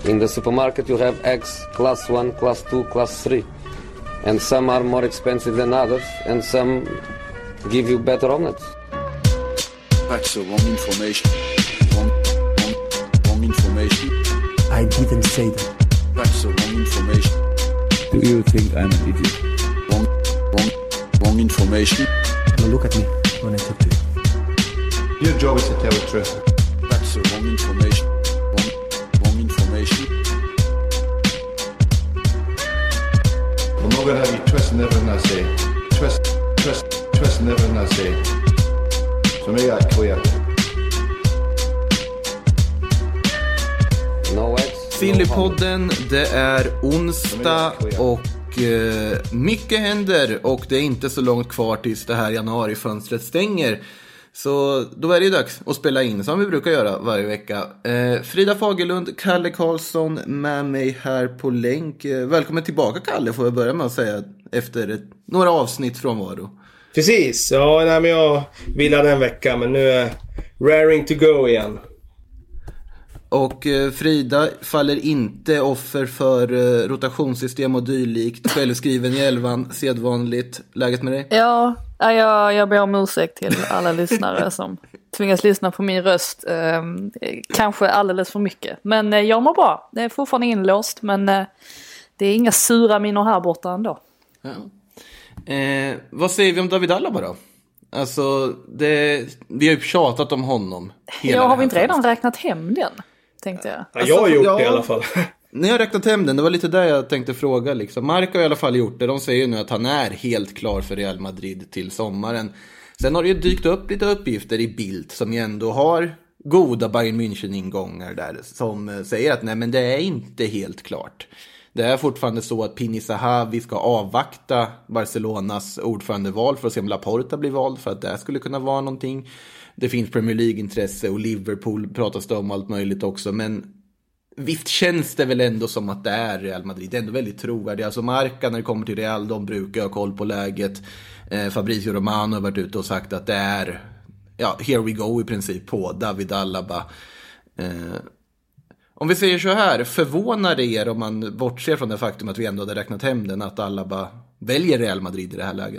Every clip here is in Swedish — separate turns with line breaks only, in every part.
In the supermarket you have eggs class 1, class 2, class 3. And some are more expensive than others, and some give you better omelets.
That's the wrong information. Wrong information.
I didn't say that.
That's the wrong information.
Do you think I'm an idiot?
Wrong information.
Now look at me when I talk to you.
Your job is to tell the truth.
That's the wrong information. Wrong information.
I'm not gonna have you twisting everything I say. Twisting everything I say. So make that clear.
No eggs.
Sillypodden, det är onsdag och mycket händer och det är inte så långt kvar tills det här januarifönstret stänger. Så då är det ju dags att spela in som vi brukar göra varje vecka. Frida Fagerlund, Kalle Karlsson med mig här på länk. Välkommen tillbaka Kalle, får jag börja med att säga, efter några avsnitt från Varo.
Precis, ja, nej, men jag vilade en vecka men nu är raring to go igen.
Och Frida faller inte offer för rotationssystem och dylikt. Självskriven i elvan, sedvanligt. Läget med dig?
Ja, jag ber om ursäkt till alla lyssnare som tvingas lyssna på min röst. Kanske alldeles för mycket. Men jag mår bra. Det är fortfarande inlåst, men det är inga sura minor här borta ändå.
Ja. Vad säger vi om David Alaba då? Alltså, vi har ju tjatat om honom.
Ja, har vi inte redan räknat hem den? Tänkte jag.
Ja, jag har gjort det i alla fall.
När jag räknat hem den, det var lite där jag tänkte fråga liksom. Mark har i alla fall gjort det. De säger nu att han är helt klar för Real Madrid till sommaren. Sen har det ju dykt upp lite uppgifter i Bild som ju ändå har goda Bayern München-ingångar där. Som säger att nej, men det är inte helt klart. Det är fortfarande så att Pini Zahavi ska avvakta Barcelonas ordförandeval för att se om Laporta blir vald, för att det skulle kunna vara någonting. Det finns Premier League-intresse och Liverpool pratas det om allt möjligt också. Men visst känns det väl ändå som att det är Real Madrid. Det är ändå väldigt trovärdigt. Alltså Marca när det kommer till Real, de brukar ha koll på läget. Fabrizio Romano har varit ute och sagt att det är here we go i princip på David Alaba. Om vi säger så här, förvånar det er om man bortser från det faktum att vi ändå hade räknat hem den, att Alaba väljer Real Madrid i det här läget?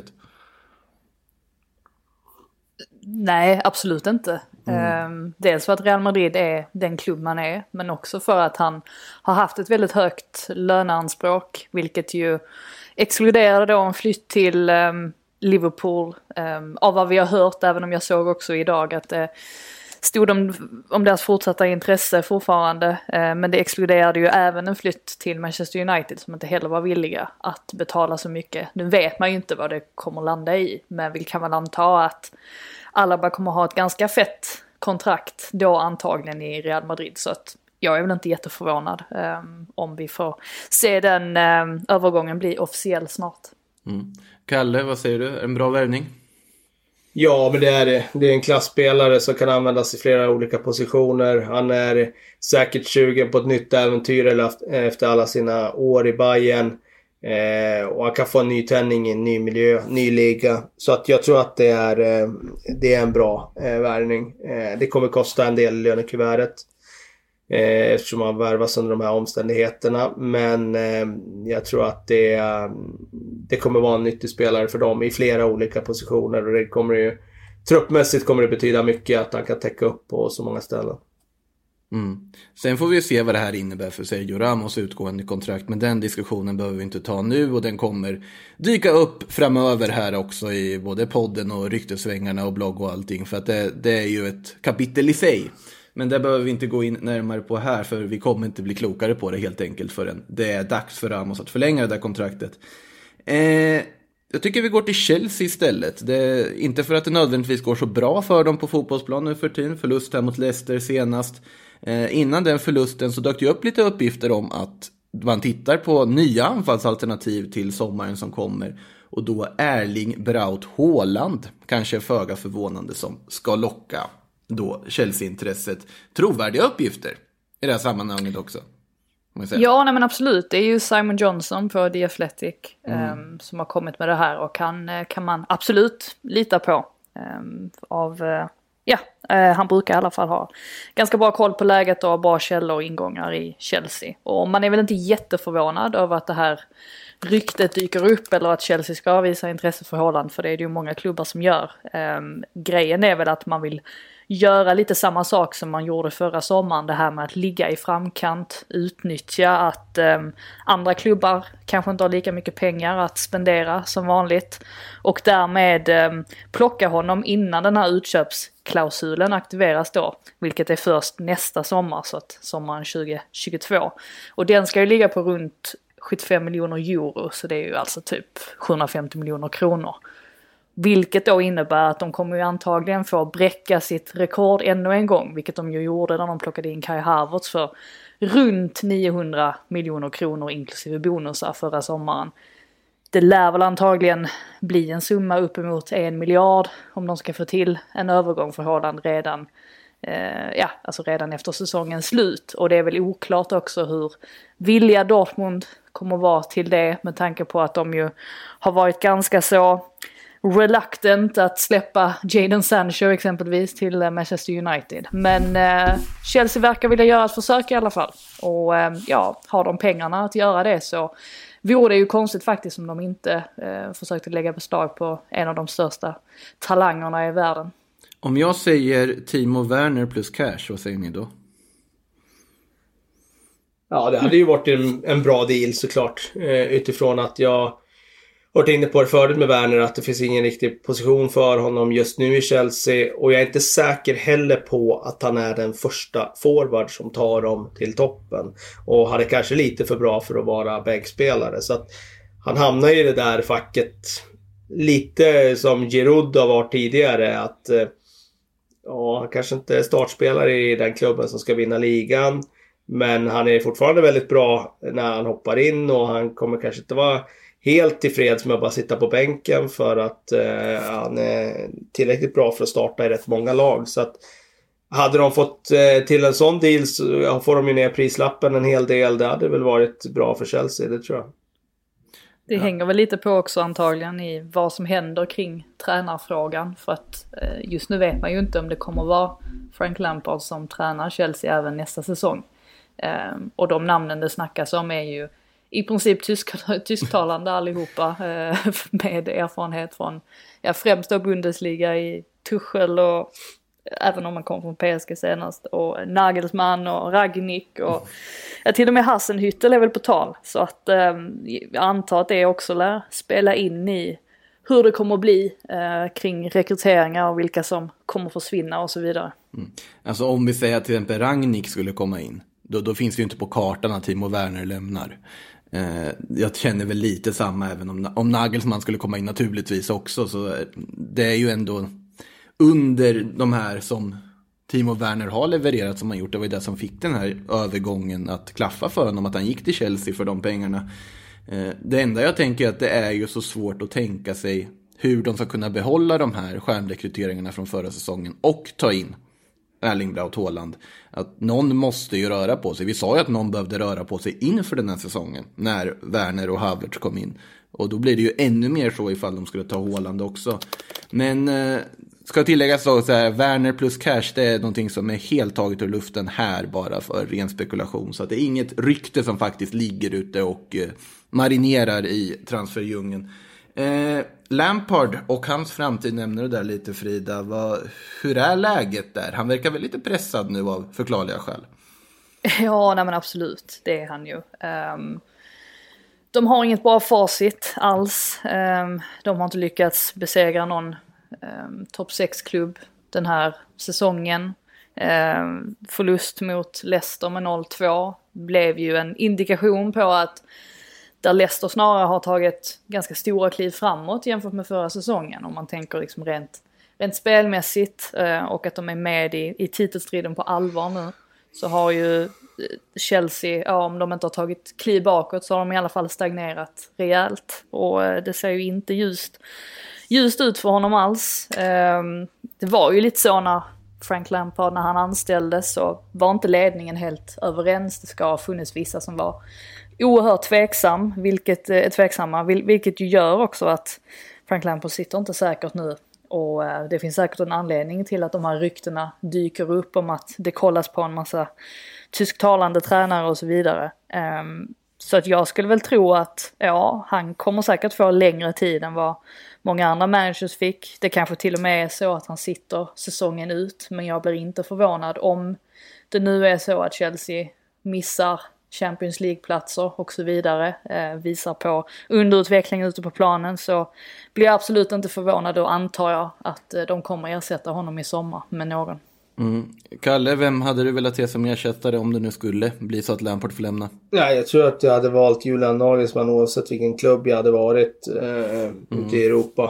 Nej, absolut inte. Dels för att Real Madrid är den klubb man är, men också för att han har haft ett väldigt högt löneanspråk, vilket ju exkluderade då en flytt till Liverpool. Av vad vi har hört, även om jag såg också idag att det stod om deras fortsatta intresse fortfarande, men det exkluderade ju även en flytt till Manchester United som inte heller var villiga att betala så mycket. Nu vet man ju inte vad det kommer landa i, men vi kan väl anta att Alaba kommer ha ett ganska fett kontrakt då antagligen i Real Madrid, så att jag är väl inte jätteförvånad om vi får se den övergången bli officiell snart.
Kalle, vad säger du? En bra värvning?
Ja, men det är det. Det är en klassspelare som kan användas i flera olika positioner. Han är säkert 20 på ett nytt äventyr efter alla sina år i Bayern. Och han kan få en ny tändning i en ny miljö, ny liga. Så att jag tror att det är en bra värvning. Det kommer kosta en del i lönekuvertet. Eftersom man värvas under de här omständigheterna. Men jag tror att det kommer vara en nyttig spelare för dem i flera olika positioner. Och det kommer ju, truppmässigt kommer det betyda mycket att han kan täcka upp på så många ställen.
Sen får vi se vad det här innebär för Sergio Ramos utgående kontrakt. Men den diskussionen behöver vi inte ta nu, och den kommer dyka upp framöver här också i både podden och ryktesvängarna och blogg och allting. För att det är ju ett kapitel i sig. Men det behöver vi inte gå in närmare på här, för vi kommer inte bli klokare på det helt enkelt förrän det är dags för Ramos att förlänga det där kontraktet. Jag tycker vi går till Chelsea istället. Inte för att det nödvändigtvis går så bra för dem på fotbollsplan nu för tiden. Förlust här mot Leicester senast. Innan den förlusten så dök det upp lite uppgifter om att man tittar på nya anfallsalternativ till sommaren som kommer. Och då Erling Braut Haaland, kanske föga förvånande, som ska locka då Chelsea-intresset. Trovärdiga uppgifter i det här sammanhanget också.
Ja, nej men absolut. Det är ju Simon Johnson på The Athletic som har kommit med det här, och kan man absolut lita på av han brukar i alla fall ha ganska bra koll på läget och bra källor och ingångar i Chelsea. Och man är väl inte jätteförvånad över att det här ryktet dyker upp eller att Chelsea ska visa intresse för Haaland, för det är det ju många klubbar som gör. Grejen är väl att man vill göra lite samma sak som man gjorde förra sommaren, det här med att ligga i framkant, utnyttja att andra klubbar kanske inte har lika mycket pengar att spendera som vanligt och därmed plocka honom innan den här utköpsklausulen aktiveras då, vilket är först nästa sommar, så att sommaren 2022. Och den ska ju ligga på runt 75 miljoner euro, så det är ju alltså typ 750 miljoner kronor. Vilket då innebär att de kommer ju antagligen få bräcka sitt rekord ännu en gång, vilket de ju gjorde när de plockade in Kai Havertz för runt 900 miljoner kronor inklusive bonusar förra sommaren. Det lär väl antagligen bli en summa uppemot 1 miljard om de ska få till en övergång för Haaland redan efter säsongens slut. Och det är väl oklart också hur villiga Dortmund kommer vara till det, med tanke på att de ju har varit ganska så reluctant att släppa Jadon Sancho exempelvis till Manchester United. Men Chelsea verkar vilja göra ett försök i alla fall. Och har de pengarna att göra det, så vore det ju konstigt faktiskt om de inte försökte lägga beslag på en av de största talangerna i världen.
Om jag säger Timo Werner plus cash, vad säger ni då?
Ja, det hade ju varit en bra deal såklart. Utifrån att jag varit inne på det förut med Werner, att det finns ingen riktig position för honom just nu i Chelsea. Och jag är inte säker heller på att han är den första forward som tar dem till toppen. Och han är kanske lite för bra för att vara bänkspelare. Så att han hamnar i det där facket lite som Giroud har varit tidigare. Att han kanske inte är startspelare i den klubben som ska vinna ligan. Men han är fortfarande väldigt bra när han hoppar in, och han kommer kanske inte vara helt tillfreds med att bara sitta på bänken, för att han är tillräckligt bra för att starta i rätt många lag. Så att hade de fått till en sån deal, så får de ju ner prislappen en hel del. Det hade väl varit bra för Chelsea, det tror jag.
Det hänger väl lite på också antagligen i vad som händer kring tränarfrågan. För att just nu vet man ju inte om det kommer vara Frank Lampard som tränar Chelsea även nästa säsong. Och de namnen det snackas om är ju i princip tysktalande allihopa, med erfarenhet från främst då Bundesliga i Tuchel, och även om man kom från PSG senast, och Nagelsmann och Ragnik och till och med Hasenhüttl är väl på tal. Så att jag antar att det också lär spela in i hur det kommer att bli kring rekryteringar och vilka som kommer försvinna och så vidare.
Alltså om vi säger att till exempel Ragnik skulle komma in, då finns det ju inte på kartan att Timo Werner lämnar. Jag känner väl lite samma även om Nagelsmann skulle komma in naturligtvis också. Så det är ju ändå under de här som Timo Werner har levererat som han gjort. Det var ju det som fick den här övergången att klaffa för honom, att han gick till Chelsea för de pengarna. Det enda jag tänker är att det är ju så svårt att tänka sig hur de ska kunna behålla de här stjärnrekryteringarna från förra säsongen och ta in Erling Braut Haaland. Att någon måste ju röra på sig. Vi sa ju att någon behövde röra på sig inför den här säsongen när Werner och Havertz kom in. Och då blir det ju ännu mer så ifall de skulle ta Haaland också. Men ska tilläggas så här, Werner plus cash, det är någonting som är helt taget ur luften här bara för ren spekulation. Så att det är inget rykte som faktiskt ligger ute och marinerar i transferdjungeln. Lampard och hans framtid nämner du där lite, Frida. Hur är läget där? Han verkar väl lite pressad nu av förklarliga skäl.
Ja, nej men absolut. Det är han ju. De har inget bra facit alls. De har inte lyckats besegra någon topp 6-klubb den här säsongen. Förlust mot Leicester med 0-2 blev ju en indikation på att där Leicester snarare har tagit ganska stora kliv framåt jämfört med förra säsongen. Om man tänker liksom rent spelmässigt och att de är med i titelstriden på allvar nu. Så har ju Chelsea, om de inte har tagit kliv bakåt, så har de i alla fall stagnerat rejält. Och det ser ju inte ljust ut för honom alls. Det var ju lite så när Frank Lampard, när han anställdes, så var inte ledningen helt överens. Det ska ha funnits vissa som var oerhört tveksamma, vilket ju gör också att Frank Lampard sitter inte säkert nu Och det finns säkert en anledning till att de här ryktena dyker upp om att det kollas på en massa tysktalande tränare och så vidare. Så att jag skulle väl tro att han kommer säkert få längre tid än vad många andra managers fick. Det kanske till och med är så att han sitter säsongen ut, men jag blir inte förvånad om det nu är så att Chelsea missar Champions League-platser och så vidare, visar på underutveckling ute på planen, så blir jag absolut inte förvånad, och antar jag att de kommer ersätta honom i sommar med någon.
Kalle, vem hade du velat se som ersättare om det nu skulle bli så att Lampard får lämna?
Ja, jag tror att jag hade valt Julian Nagelsmann oavsett vilken klubb jag hade varit ute i Europa.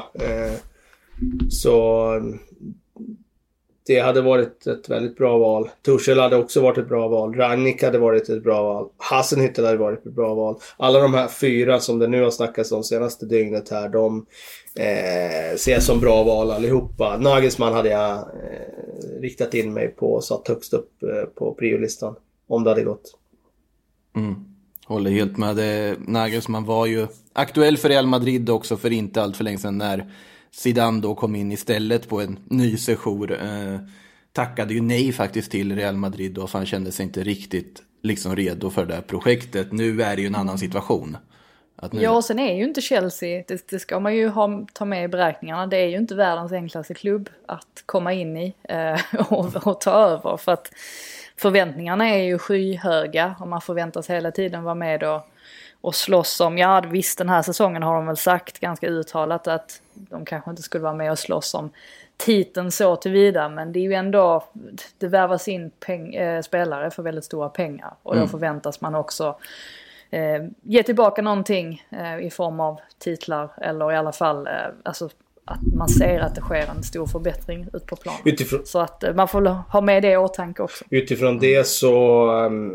Så det hade varit ett väldigt bra val. Tuchel hade också varit ett bra val. Rangnick hade varit ett bra val. Hasenhüttl hade varit ett bra val. Alla de här 4 som det nu har snackats om senaste dygnet här, de ser som bra val allihopa. Nagelsmann hade jag riktat in mig på och satt högst upp på priolistan om det hade gått.
Håller helt med. Nagelsmann var ju aktuell för Real Madrid också för inte allt för länge sedan, när Zidane då kom in istället på en ny sejour. Tackade ju nej faktiskt till Real Madrid då, för han kände sig inte riktigt liksom redo för det här projektet. Nu är det ju en annan situation.
Ja, och sen är ju inte Chelsea, det ska man ju ta med i beräkningarna, det är ju inte världens enklaste klubb att komma in i och ta över, för att förväntningarna är ju skyhöga och man förväntas hela tiden vara med och slåss om, visst den här säsongen har de väl sagt ganska uttalat att de kanske inte skulle vara med och slåss om titeln så tillvida, men det är ju ändå, det värvas in spelare för väldigt stora pengar, och då förväntas man också ge tillbaka någonting i form av titlar, eller i alla fall alltså att man ser att det sker en stor förbättring ut på planen. Så att man får ha med det i åtanke också. Utifrån
det så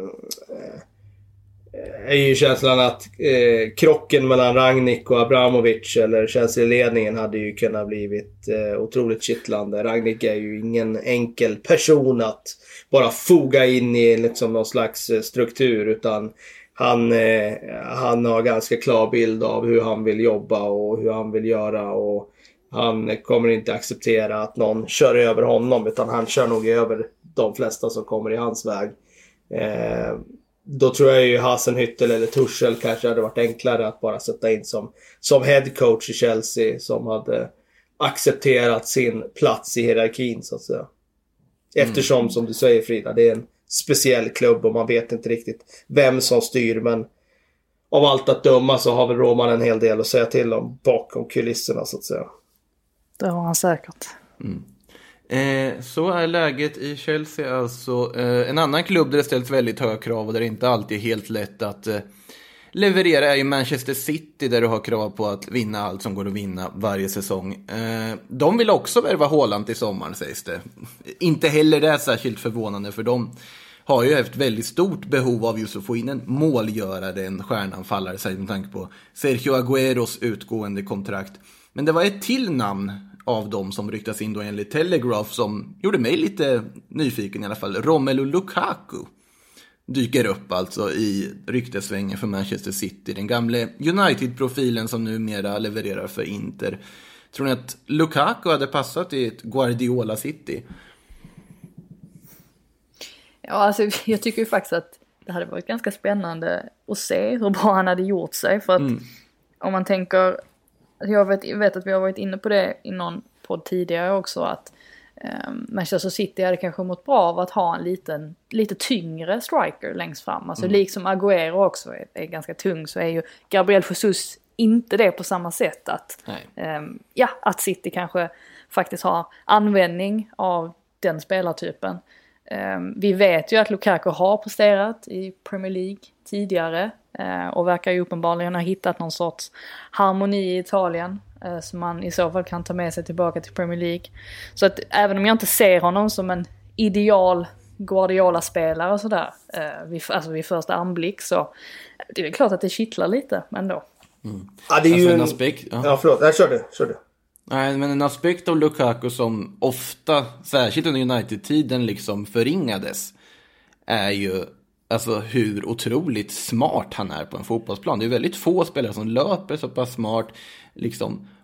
är ju känslan att krocken mellan Rangnick och Abramovic eller Chelsea-ledningen hade ju kunnat blivit otroligt kittlande. Rangnick är ju ingen enkel person att bara foga in i liksom någon slags struktur, utan han har ganska klar bild av hur han vill jobba och hur han vill göra, och han kommer inte acceptera att någon kör över honom, utan han kör nog över de flesta som kommer i hans väg. Då tror jag ju Hasenhüttl eller Tuchel kanske hade varit enklare att bara sätta in som head coach i Chelsea, som hade accepterat sin plats i hierarkin så att säga. Eftersom, som du säger Frida, det är en speciell klubb och man vet inte riktigt vem som styr, men av allt att döma så har väl Roman en hel del att säga till om bakom kulisserna så att säga.
Det har han säkert.
Så är läget i Chelsea alltså. En annan klubb där det ställs väldigt höga krav och där det inte alltid är helt lätt att leverera är ju Manchester City, där du har krav på att vinna allt som går att vinna varje säsong. De vill också värva Haaland till sommaren, sägs det. Inte heller det är särskilt förvånande, för de har ju haft väldigt stort behov av just att få in en målgörare, en stjärnanfallare, säger med tanke på Sergio Agueros utgående kontrakt. Men det var ett till namn av dem som ryktas in då enligt Telegraph som gjorde mig lite nyfiken i alla fall. Romelu Lukaku dyker upp alltså i ryktesvängen för Manchester City. Den gamle United-profilen som numera levererar för Inter. Tror ni att Lukaku hade passat i ett Guardiola City?
Ja, alltså jag tycker ju faktiskt att det hade varit ganska spännande att se hur bra han hade gjort sig. För att om man tänker, jag vet att vi har varit inne på det i någon podd tidigare också, att Manchester City hade kanske mått bra av att ha en lite tyngre striker längst fram. Alltså liksom Agüero också är ganska tung, så är ju Gabriel Jesus inte det på samma sätt. Att City kanske faktiskt har användning av den spelartypen. Vi vet ju att Lukaku har presterat i Premier League tidigare och verkar ju uppenbarligen ha hittat någon sorts harmoni i Italien som man i så fall kan ta med sig tillbaka till Premier League. Så att även om jag inte ser honom som en ideal Guardiola-spelare och sådär vid första anblick, så det är klart att det kittlar lite ändå.
Ja, det är ju en aspekt. Ja, förlåt. Jag kör du.
Nej, men en aspekt av Lukaku som ofta, särskilt under United-tiden, liksom förringades är ju alltså hur otroligt smart han är på en fotbollsplan. Det är väldigt få spelare som löper så pass smart, liksom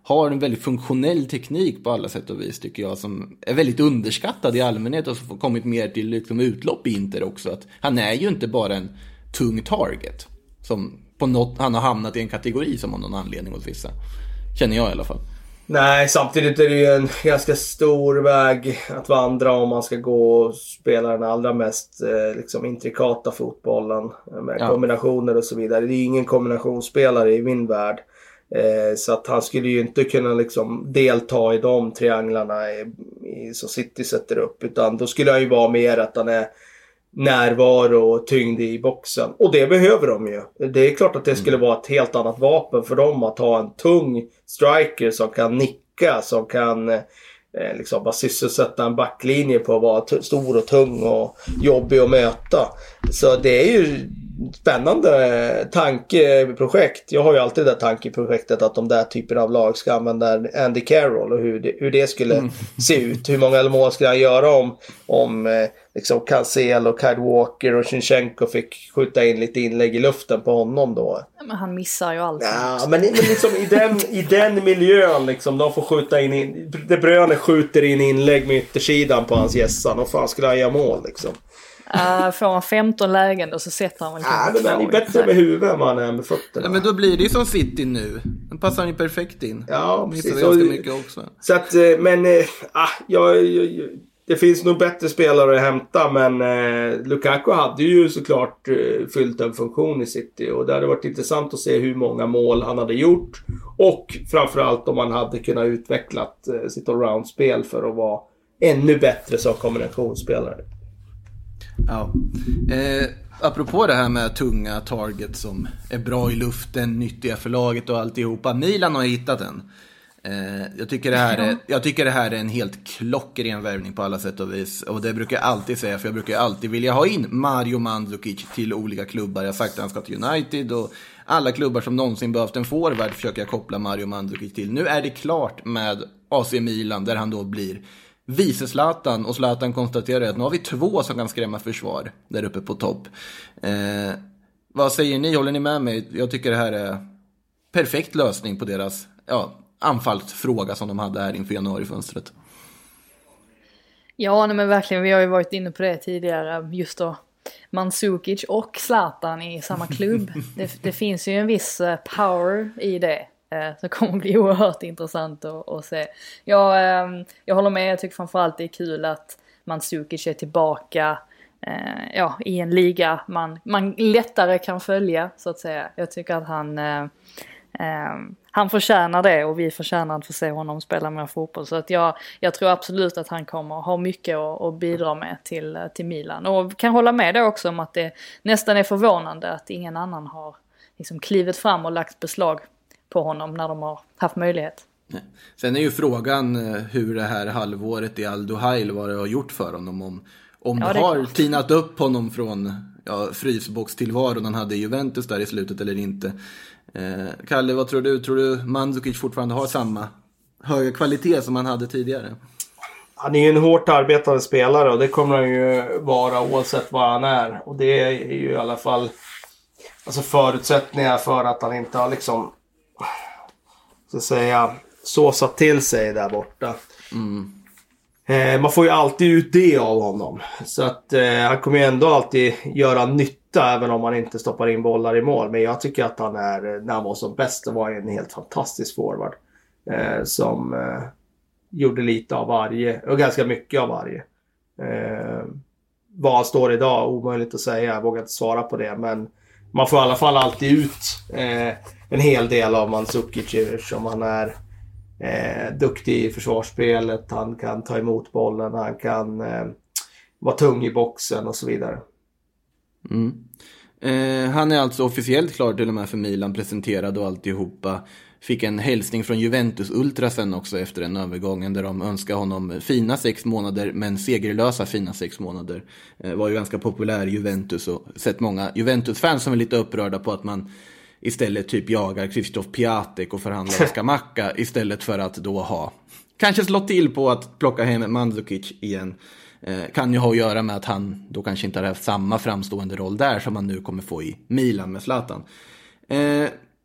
har en väldigt funktionell teknik på alla sätt och vis, tycker jag, som är väldigt underskattad i allmänhet och som har kommit mer till liksom utlopp i Inter också. Att han är ju inte bara en tung target som på något, han har hamnat i en kategori som av någon anledning hos vissa. Känner jag i alla fall.
Nej, samtidigt är det ju en ganska stor väg att vandra om man ska gå och spela den allra mest liksom intrikata fotbollen med kombinationer och så vidare. Det är ju ingen kombinationsspelare i min värld. Så att han skulle ju inte kunna liksom delta i de trianglarna som City sätter upp, utan då skulle han ju vara mer att han är närvaro och tyngd i boxen. Och det behöver de ju. Det är klart att det skulle vara ett helt annat vapen för dem att ha en tung striker som kan nicka, som kan liksom bara sysselsätta en backlinje på att vara stor och tung och jobbig att möta. Så det är ju spännande tankeprojekt. Jag har ju alltid det där tankeprojektet att de där typerna av lag ska använda Andy Carroll och hur det skulle se ut. Hur många mål skulle han göra om liksom Cancelo och Kyle Walker och Zinchenko fick skjuta in lite inlägg i luften på honom då.
Men han missar ju allt.
Ja, men liksom i den miljön liksom, de får skjuta in De Bruyne skjuter in inlägg med yttersidan på hans gässan, och fan skulle han göra mål liksom.
Får han 15 lägen då så sätter han väl
men han är bättre med huvudet än man är med fötterna.
Ja, men då blir det ju som City nu. Den passar han ju perfekt in.
Ja, precis.
Så mycket också.
Så att, men det finns nog bättre spelare att hämta, men Lukaku hade ju såklart fyllt en funktion i City, och det hade varit intressant att se hur många mål han hade gjort, och framförallt om han hade kunnat utveckla sitt allround-spel för att vara ännu bättre som kombinationsspelare.
Ja. Apropå det här med tunga targets som är bra i luften, nyttiga för laget och alltihopa. Milan har hittat den. Jag tycker det här är en helt klockren värvning på alla sätt och vis. Och det brukar jag alltid säga, för jag brukar alltid vilja ha in Mario Mandzukic till olika klubbar. Jag har sagt att han ska till United, och alla klubbar som någonsin behövt en forward försöker jag koppla Mario Mandzukic till. Nu är det klart med AC Milan, där han då blir vice Zlatan, och Zlatan konstaterar att nu har vi 2 som kan skrämma försvar där uppe på topp. Vad säger ni? Håller ni med mig? Jag tycker det här är perfekt lösning på deras anfallsfråga som de hade här inför januarifönstret.
Ja, men verkligen. Vi har ju varit inne på det tidigare. Just då Mandzukic och Zlatan i samma klubb. Det finns ju en viss power i det. Så kommer det bli oerhört intressant att se. Jag håller med, jag tycker framförallt det är kul att Mandzukic är tillbaka i en liga man lättare kan följa, så att säga. Jag tycker att han förtjänar det, och vi förtjänar att få se honom spela mer fotboll. Så att jag tror absolut att han kommer ha mycket att bidra med till Milan. Och kan hålla med det också om att det nästan är förvånande att ingen annan har liksom klivit fram och lagt beslag på honom när de har haft möjlighet.
Sen är ju frågan hur det här halvåret i Al-Duhail, vad det har gjort för honom. Om det har tinat upp honom från frysboxtillvaron han hade i Juventus där i slutet eller inte. Kalle, vad tror du? Tror du Mandzukic fortfarande har samma höga kvalitet som han hade tidigare?
Han är ju en hårt arbetande spelare, och det kommer han ju vara oavsett vad han är. Och det är ju i alla fall alltså förutsättningar för att han inte har liksom, så att säga, såsat till sig där borta. Man får ju alltid ut det av honom. Så att han kommer ju ändå alltid göra nytta även om han inte stoppar in bollar i mål. Men jag tycker att när han var som bäst, var en helt fantastisk forward. Som gjorde lite av varje, och ganska mycket av varje. Vad han står idag, omöjligt att säga. Jag vågar inte svara på det. Men man får i alla fall alltid ut en hel del av Mandzukic, som han är duktig i försvarsspelet, han kan ta emot bollen, han kan vara tung i boxen och så vidare.
Han är alltså officiellt klar till och med för Milan, presenterad och alltihopa. Fick en hälsning från Juventus Ultrasen också efter den övergången, där de önskar honom fina 6 månader, men segerlösa fina 6 månader. Var ju ganska populär i Juventus, och sett många Juventus-fans som är lite upprörda på att man istället typ jagar Krzysztof Piatek och förhandlar med Scamacca istället för att då kanske slå till på att plocka hem Mandzukic igen. Kan ju ha att göra med att han då kanske inte har haft samma framstående roll där som han nu kommer få i Milan med Zlatan.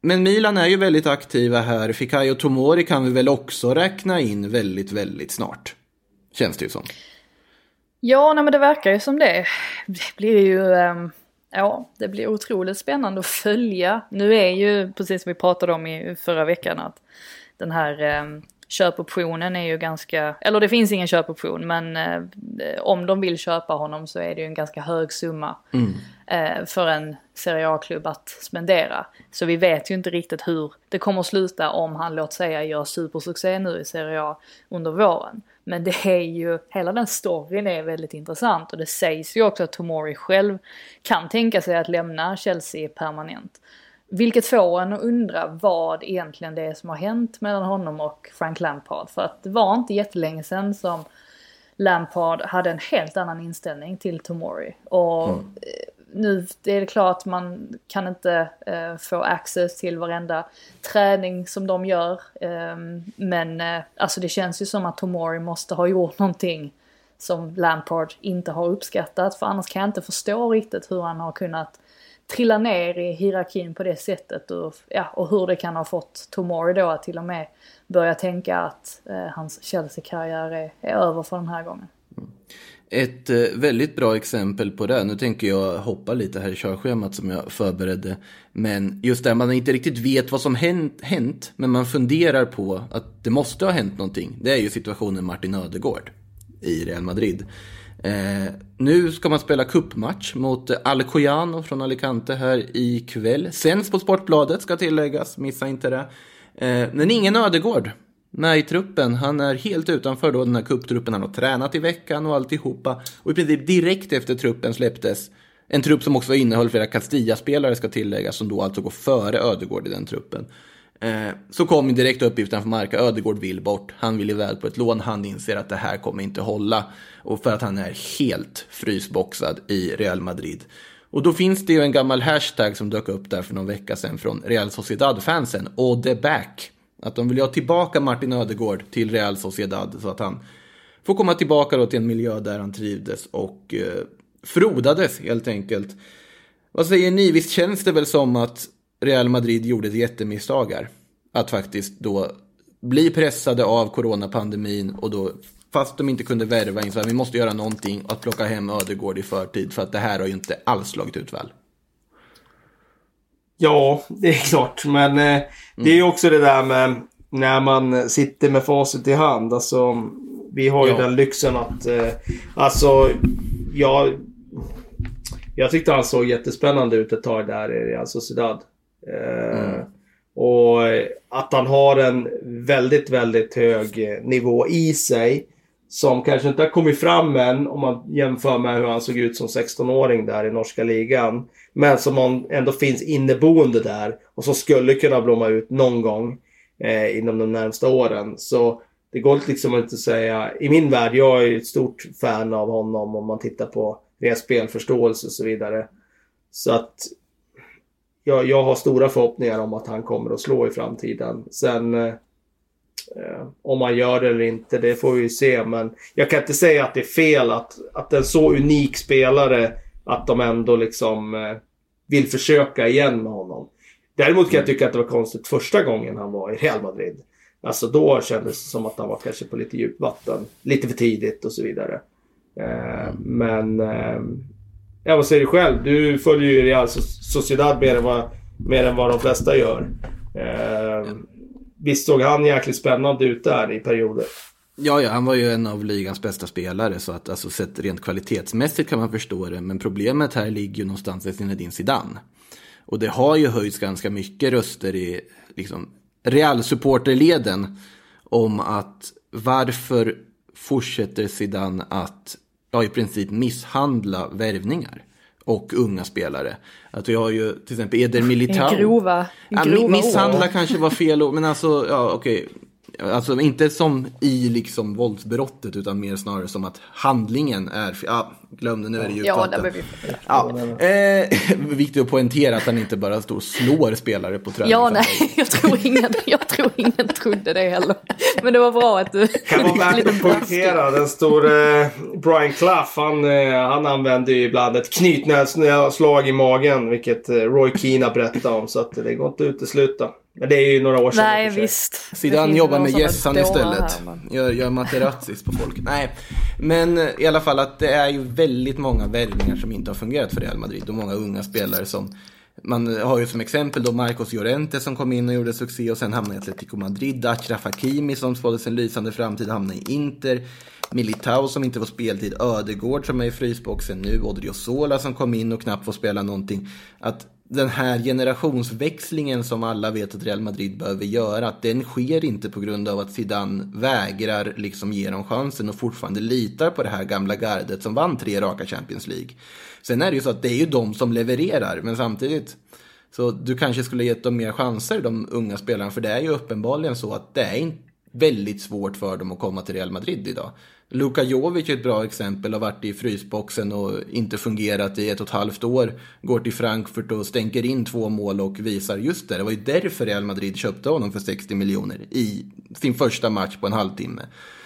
Men Milan är ju väldigt aktiva här. Fikayo Tomori kan vi väl också räkna in väldigt, väldigt snart. Känns det ju som.
Ja, nej, men det verkar ju som det. Det blir ju... Ja, det blir otroligt spännande att följa. Nu är ju, precis som vi pratade om i förra veckan, att den här köpoptionen är ju ganska... Eller det finns ingen köpoption, men om de vill köpa honom så är det ju en ganska hög summa för en Serie A-klubb att spendera. Så vi vet ju inte riktigt hur det kommer att sluta om han, låt säga, gör supersuccé nu i Serie A under våren. Men det är ju, hela den storyn är väldigt intressant, och det sägs ju också att Tomori själv kan tänka sig att lämna Chelsea permanent. Vilket får en att undra vad egentligen det är som har hänt mellan honom och Frank Lampard. För att det var inte jättelänge sedan som Lampard hade en helt annan inställning till Tomori. Och nu är det klart att man kan inte få access till varenda träning som de gör. Men alltså det känns ju som att Tomori måste ha gjort någonting som Lampard inte har uppskattat. För annars kan jag inte förstå riktigt hur han har kunnat trilla ner i hierarkin på det sättet. Och hur det kan ha fått Tomori då att till och med börja tänka att hans Chelsea-karriär är över för den här gången.
Ett väldigt bra exempel på det, nu tänker jag hoppa lite här i körschemat som jag förberedde, men just där man inte riktigt vet vad som hänt, men man funderar på att det måste ha hänt någonting, det är ju situationen Martin Ödegaard i Real Madrid. Nu ska man spela cupmatch mot Alcoyano från Alicante här ikväll, sänds på Sportbladet ska tilläggas, missa inte det. Men ingen Ödegaard med i truppen, han är helt utanför då den här cuptruppen, han har tränat i veckan och alltihopa, och i princip direkt efter truppen släpptes en trupp som också innehöll flera Castilla-spelare ska tilläggas, som då alltså går före Ödegaard i den truppen. Så kom direkt uppgiften från Marca, Ödegaard vill bort, han vill iväg på ett lån, han inser att det här kommer inte hålla, och för att han är helt frysboxad i Real Madrid. Och då finns det ju en gammal hashtag som dök upp där för någon vecka sedan från Real Sociedad-fansen, Ode back. Att de vill ha tillbaka Martin Ödegaard till Real Sociedad så att han får komma tillbaka då till en miljö där han trivdes och frodades helt enkelt. Vad säger ni? Visst känns det väl som att Real Madrid gjorde ett jättemisstagar? Att faktiskt då bli pressade av coronapandemin och då, fast de inte kunde värva in, så att vi måste göra någonting att plocka hem Ödegaard i förtid, för att det här har ju inte alls slagit ut väl.
Ja, det är klart. Men det är ju också det där med när man sitter med facit i hand. Alltså, vi har ju den lyxen att... alltså, jag tyckte han såg jättespännande ut ett tag där i Real Sociedad. Och att han har en väldigt, väldigt hög nivå i sig, som kanske inte har kommit fram än om man jämför med hur han såg ut som 16-åring där i norska ligan. Men som ändå finns inneboende där och som skulle kunna blomma ut någon gång inom de närmsta åren. Så det går liksom inte att säga, i min värld, jag är ett stort fan av honom om man tittar på deras spelförståelse och så vidare. Så att jag har stora förhoppningar om att han kommer att slå i framtiden. Sen om man gör det eller inte, det får vi se. Men jag kan inte säga att det är fel att en så unik spelare, att de ändå liksom vill försöka igen med honom. Däremot kan jag tycka att det var konstigt första gången han var i Real Madrid. Alltså då kändes det som att han var kanske på lite djupt vatten, lite för tidigt och så vidare. Men vad säger du själv? Du följer ju Real Sociedad mer än vad de flesta gör. Visst såg han jäkligt spännande ut där i perioder?
Ja, han var ju en av ligans bästa spelare, så att alltså, sett rent kvalitetsmässigt kan man förstå det. Men problemet här ligger ju någonstans i Zinedine Zidane. Och det har ju höjts ganska mycket röster i liksom Real-supporterleden om att varför fortsätter Zidane att i princip misshandla värvningar och unga spelare. Att vi har ju till exempel Eder Militao.
Grova
misshandla kanske var fel, men alltså okej. Alltså inte som i liksom våldsbrottet, utan mer snarare som att handlingen är... glömde, nu är det viktigt att poängtera att han inte bara står och slår spelare på träning.
Ja, nej, jag tror ingen trodde det heller. Men det var bra att du...
Kan man väl poängtera, den store Brian Clough, han använder ju ibland ett knytnävsslag i magen, vilket Roy Keane berättade om, så att det går inte att utesluta. Men det är ju några år sedan.
Nej, visst.
Zidane jobbar med gässan istället. Gör Materazzis på folk. Nej, men i alla fall att det är ju väldigt många värvningar som inte har fungerat för Real Madrid. Och många unga spelare som... Man har ju som exempel då Marcos Llorente som kom in och gjorde succé och sen hamnade i Atletico Madrid. Achraf Hakimi som spådde sin lysande framtid hamnade i Inter. Militao som inte får speltid. Ödegård som är i frysboxen nu. Odriozola som kom in och knappt får spela någonting. Att den här generationsväxlingen som alla vet att Real Madrid behöver göra, att den sker inte på grund av att Zidane vägrar liksom ge dem chansen och fortfarande litar på det här gamla gardet som vann 3 raka Champions League. Sen är det ju så att det är ju de som levererar, men samtidigt så du kanske skulle gett dem mer chanser, de unga spelarna, för det är ju uppenbarligen så att det är väldigt svårt för dem att komma till Real Madrid idag. Luka Jovic är ett bra exempel, har varit i frysboxen och inte fungerat i 1,5 år, går till Frankfurt och stänker in 2 mål och visar just det var ju därför Real Madrid köpte honom för 60 miljoner i sin första match på en halvtimme.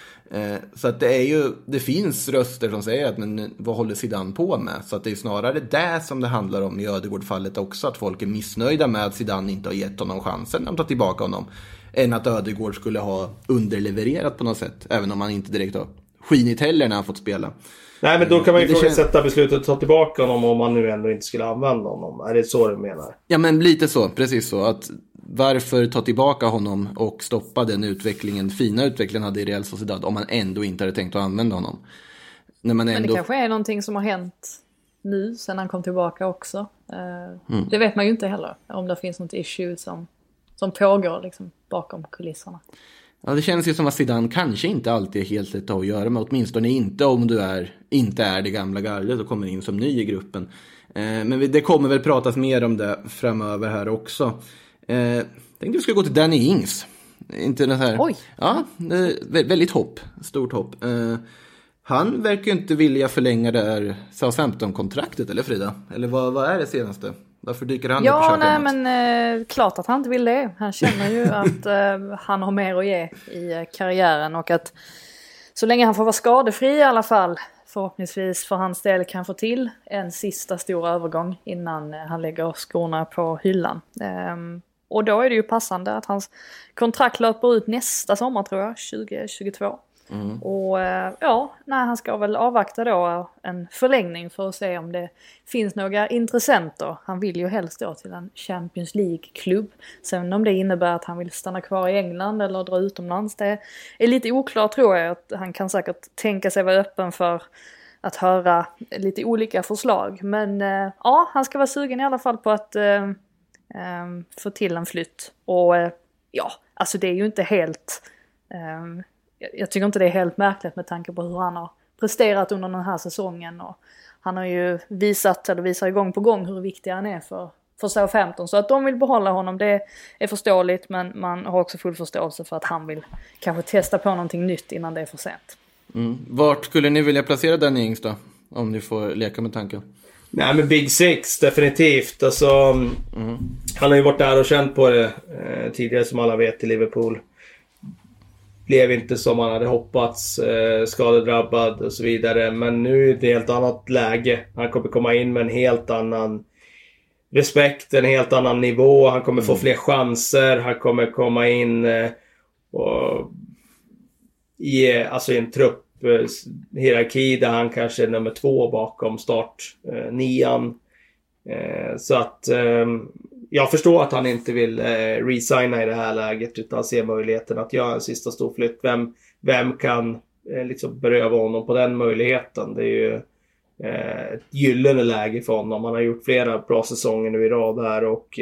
Så att det finns röster som säger att men vad håller Zidane på med? Så att det är snarare det som det handlar om i Ödegård-fallet också, att folk är missnöjda med att Zidane inte har gett honom chansen att ta tillbaka honom, än att Ödegård skulle ha underlevererat på något sätt, även om han inte direkt har skinit heller när han fått spela.
Nej, men då kan man ju ifrågasätta beslutet att ta tillbaka honom om man nu ändå inte skulle använda honom. Är det så du menar? Ja, men lite så, precis så. Att varför ta tillbaka honom och stoppa den utvecklingen, fina utvecklingen hade i Real Sociedad, om man ändå inte hade tänkt att använda honom? Men det kanske är någonting som har hänt nu sen han kom tillbaka också. Det vet man ju inte heller, om det finns något issue som pågår liksom bakom kulisserna. Ja, det känns ju som att Zidane kanske inte alltid är helt lätt att göra med, åtminstone inte om du inte är det gamla gardet och kommer in som ny i gruppen. Men det kommer väl pratas mer om det framöver här också. Tänkte vi ska gå till Danny Ings. Inte det här. Oj. Ja, väldigt stort hopp. Han verkar ju inte vilja förlänga det här Southampton-kontraktet, eller Frida? Eller vad är det senaste? Varför dyker han upp och försöker annat? Men klart att han inte vill det. Han känner ju att han har mer att ge i karriären, och att så länge han får vara skadefri i alla fall, förhoppningsvis för hans del kan få till en sista stor övergång innan han lägger skorna på hyllan. Och då är det ju passande att hans kontrakt löper ut nästa sommar, tror jag, 2022. Och han ska väl avvakta då en förlängning för att se om det finns några intressenter. Han vill ju helst då till en Champions League-klubb. Sen om det innebär att han vill stanna kvar i England eller dra utomlands, det är lite oklart, tror jag. Att han kan säkert tänka sig vara öppen för att höra lite olika förslag. Men han ska vara sugen i alla fall på att få till en flytt. Och alltså det är ju inte helt... Jag tycker inte det är helt märkligt med tanke på hur han har presterat under den här säsongen. Och han har ju visar gång på gång hur viktig han är för Southampton. Så att de vill behålla honom, det är förståeligt. Men man har också full förståelse för att han vill kanske testa på någonting nytt innan det är för sent. Vart skulle ni vilja placera Danny Ings då? Om ni får leka med tanken. Nej, men Big Six, definitivt. Alltså, han har ju varit där och känt på det tidigare, som alla vet, i Liverpool. Blev inte som han hade hoppats, skadedrabbad och så vidare. Men nu är det ett helt annat läge. Han kommer komma in med en helt annan respekt, en helt annan nivå. Han kommer få fler chanser. Han kommer komma in och i en trupphierarki där han kanske är nummer 2 bakom start 9. Så att jag förstår att han inte vill resigna i det här läget, utan ser möjligheten att göra en sista stor flytt. Vem kan liksom beröva honom på den möjligheten? Det är ju ett gyllene läge för honom. Han har gjort flera bra säsonger nu i rad här, och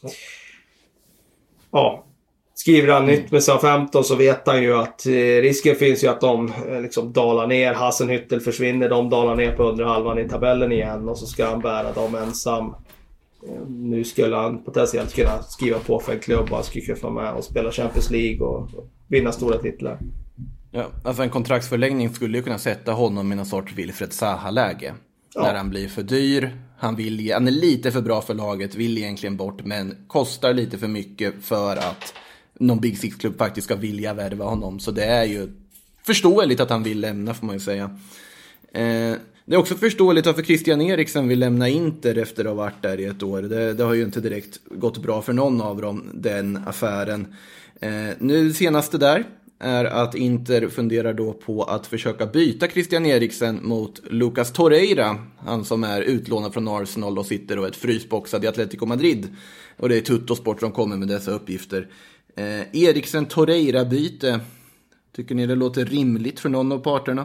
skriver han nytt med Southampton så vet han ju att risken finns ju att de liksom dalar ner. Hasenhüttl försvinner, de dalar ner på under halvan i tabellen igen, och så ska han bära dem ensam Nu skulle han potentiellt kunna skriva på för en klubb och han skulle kunna få med och spela Champions League och vinna stora titlar.
Ja, alltså en kontraktsförlängning skulle ju kunna sätta honom i någon sorts Wilfred Zaha-läge. Ja. Där han blir för dyr, han är lite för bra för laget, vill egentligen bort, men kostar lite för mycket för att någon Big Six-klubb faktiskt ska vilja värva honom. Så det är ju förståeligt att han vill lämna, får man ju säga. Det är också förståeligt varför Christian Eriksen vill lämna Inter efter att ha varit där i ett år. Det har ju inte direkt gått bra för någon av dem, den affären. Nu senaste där är att Inter funderar då på att försöka byta Christian Eriksen mot Lucas Torreira. Han som är utlånad från Arsenal och sitter och är ett frysboxad i Atletico Madrid. Och det är Tuttosport som kommer med dessa uppgifter. Eriksen-Torreira-byte. Tycker ni det låter rimligt för någon av parterna?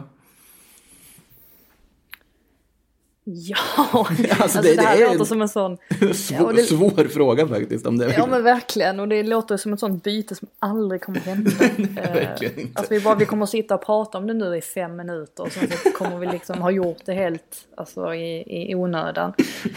Ja,
alltså
det här låter som en sån
svår fråga faktiskt. Om det
ja men verkligen, och det låter som ett sånt byte som aldrig kommer hända.
Verkligen inte.
Alltså vi kommer att sitta och prata om det nu i 5 minuter och sen så kommer vi liksom ha gjort det helt alltså, i onödan.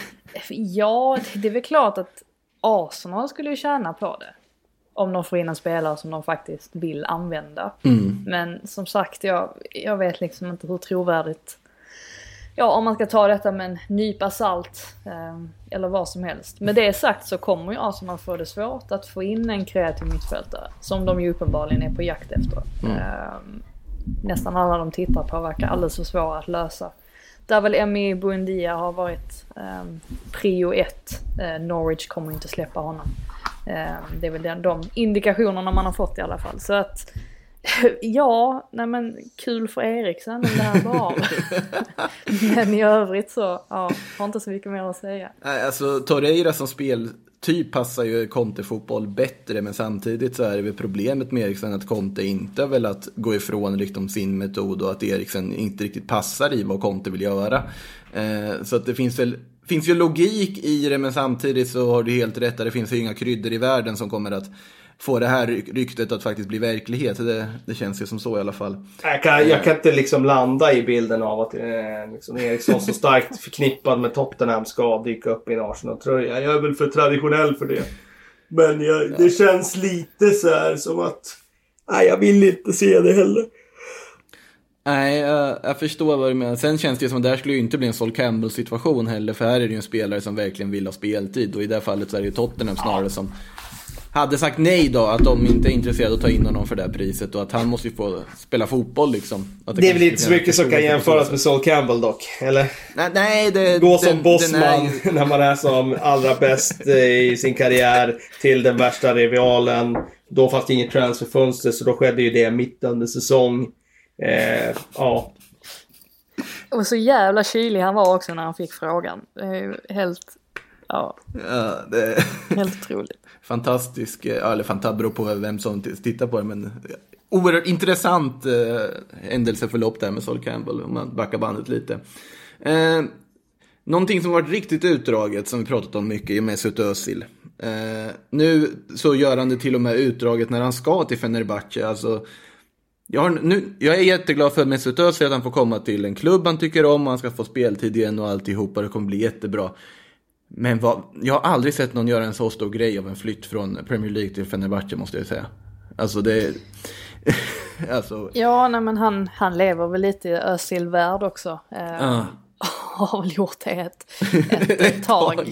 Ja, det är väl klart att Arsenal skulle ju tjäna på det. Om de får in en spelare som de faktiskt vill använda. Men som sagt, jag vet liksom inte hur trovärdigt. Ja, om man ska ta detta med en nypa salt eller vad som helst. Med det sagt så kommer ju Arsenal få det svårt att få in en kreativ mittfältare. Som de ju uppenbarligen är på jakt efter. Nästan alla de tittar på verkar alldeles för svåra att lösa. Där väl Emi Buendia har varit prio 1. Norwich kommer inte släppa honom. Det är väl de indikationerna man har fått i alla fall. Så att ja, nej men kul för Eriksen om det här var. Men i övrigt så har inte så mycket mer att säga.
Alltså Torreira som speltyp passar ju Conte-fotboll bättre, men samtidigt så är det väl problemet med Eriksen att Conte inte har velat gå ifrån liksom sin metod och att Eriksen inte riktigt passar i vad Conte vill göra. Så att det finns ju logik i det, men samtidigt så har du helt rätt, det finns ju inga kryddor i världen som kommer att få det här ryktet att faktiskt bli verklighet. Det känns ju som så i alla fall.
Jag kan inte liksom landa i bilden av att liksom Eriksson så starkt förknippad med Tottenham ska dyka upp i en Arsenal-tröja. Jag är väl för traditionell för det. Men det känns lite så här som att jag vill inte se det heller.
Nej, jag förstår vad du menar. Sen känns det som att det här skulle ju inte bli en Sol Campbell-situation heller. För här är det ju en spelare som verkligen vill ha speltid. Och i det här fallet så är det ju Tottenham snarare som hade sagt nej då, att de inte är intresserade att ta in honom för det här priset och att han måste ju få spela fotboll liksom. Att
det är väl inte så mycket som kan jämföras med Sol Campbell dock, eller?
Nej,
gå som bossman när man är som allra bäst i sin karriär till den värsta rivalen. Då fanns det inget transferfönster, så då skedde ju det mitt under säsong. Ja.
Och så jävla kylig han var också när han fick frågan. Det är ju helt helt otroligt.
Fantastisk, eller beror på vem som tittar på det, men oerhört intressant händelseförlopp där med Sol Campbell, om man backar bandet lite. Någonting som varit riktigt utdraget, som vi pratat om mycket, är Mesut Özil. Nu så gör han det till och med utdraget när han ska till Fenerbahce. Alltså, jag är jätteglad för Mesut Özil att han får komma till en klubb han tycker om och han ska få speltid igen och alltihopa, det kommer bli jättebra. Men jag har aldrig sett någon göra en så stor grej av en flytt från Premier League till Fenerbahce, måste jag säga. Alltså det alltså. Ja, nej, men han lever väl lite i Özil-värld också. Har väl gjort det ett tag.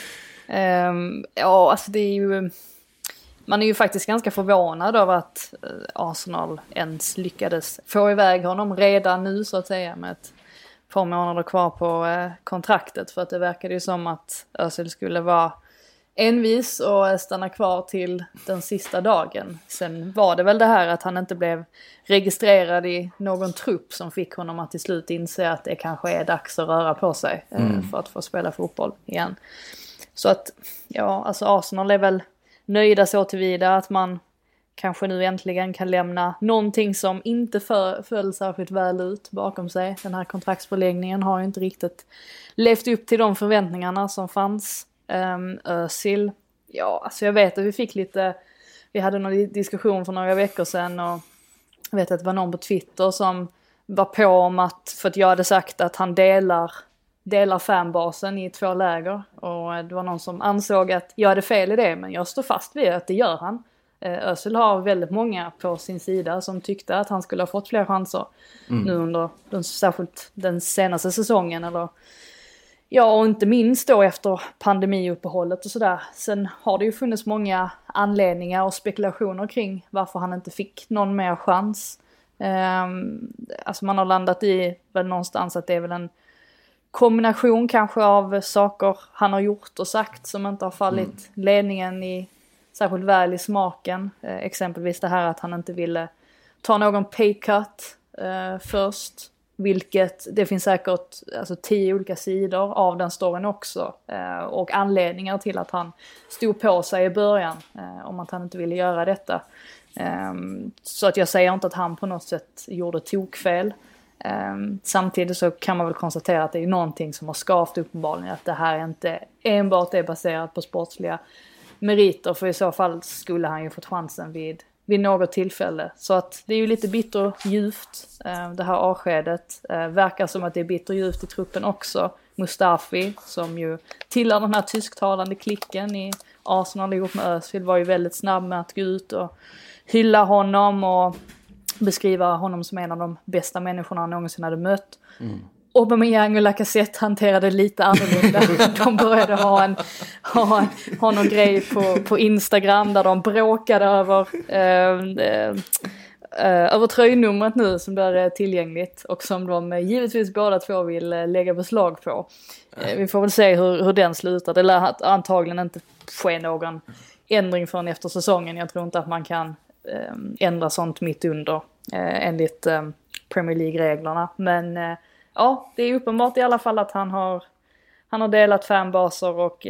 Ja, alltså det är ju, man är ju faktiskt ganska förvånad över att Arsenal ens lyckades få iväg honom redan nu, så att säga, med ett par månader kvar på kontraktet, för att det verkade ju som att Özil skulle vara envis och stanna kvar till den sista dagen. Sen var det väl det här att han inte blev registrerad i någon trupp som fick honom att till slut inse att det kanske är dags att röra på sig för att få spela fotboll igen. Så att, ja, alltså Arsenal är väl nöjda så tillvida att man kanske nu äntligen kan lämna någonting som inte föll särskilt väl ut bakom sig. Den här kontraktsförlängningen har ju inte riktigt levt upp till de förväntningarna som fanns. Özil, ja, alltså jag vet att vi hade någon diskussion för några veckor sedan, och jag vet att det var någon på Twitter som var på om att, för att jag hade sagt att han delar delar fanbasen i 2 läger. Och det var någon som ansåg att jag hade fel i det, men jag står fast vid att det gör han. Özil har väldigt många på sin sida som tyckte att han skulle ha fått fler chanser nu under särskilt den senaste säsongen. Och inte minst då efter pandemiuppehållet och sådär. Sen har det ju funnits många anledningar och spekulationer kring varför han inte fick någon mer chans. Alltså man har landat i väl någonstans att det är väl en kombination kanske av saker han har gjort och sagt som inte har fallit ledningen i särskilt väl i smaken. Exempelvis det här att han inte ville ta någon pay cut först. Vilket det finns säkert 10 olika sidor av den storyn också. Och anledningar till att han stod på sig i början om att han inte ville göra detta. Så att jag säger inte att han på något sätt gjorde tokfel. Samtidigt så kan man väl konstatera att det är någonting som har skavt uppenbarligen. Att det här inte enbart är baserat på sportsliga meriter. För i så fall skulle han ju fått chansen vid något tillfälle. Så att det är ju lite bitterljuvt det här avskedet. Verkar som att det är bitterljuvt i truppen också. Mustafi som ju tillhör den här tysktalande klicken i Arsenal ihop med Özil var ju väldigt snabb med att gå ut och hylla honom och beskriva honom som en av de bästa människorna han någonsin hade mött. Aubameyang och Lacazette hanterade lite annorlunda. De började ha någon grej på Instagram där de bråkade över tröjnumret nu som där är tillgängligt och som de givetvis båda två vill lägga beslag på. Vi får väl se hur den slutar. Det lär antagligen inte ske någon ändring förrän efter säsongen. Jag tror inte att man kan ändra sånt mitt under enligt Premier League-reglerna. Men ja, det är uppenbart i alla fall att han har delat fanbaser och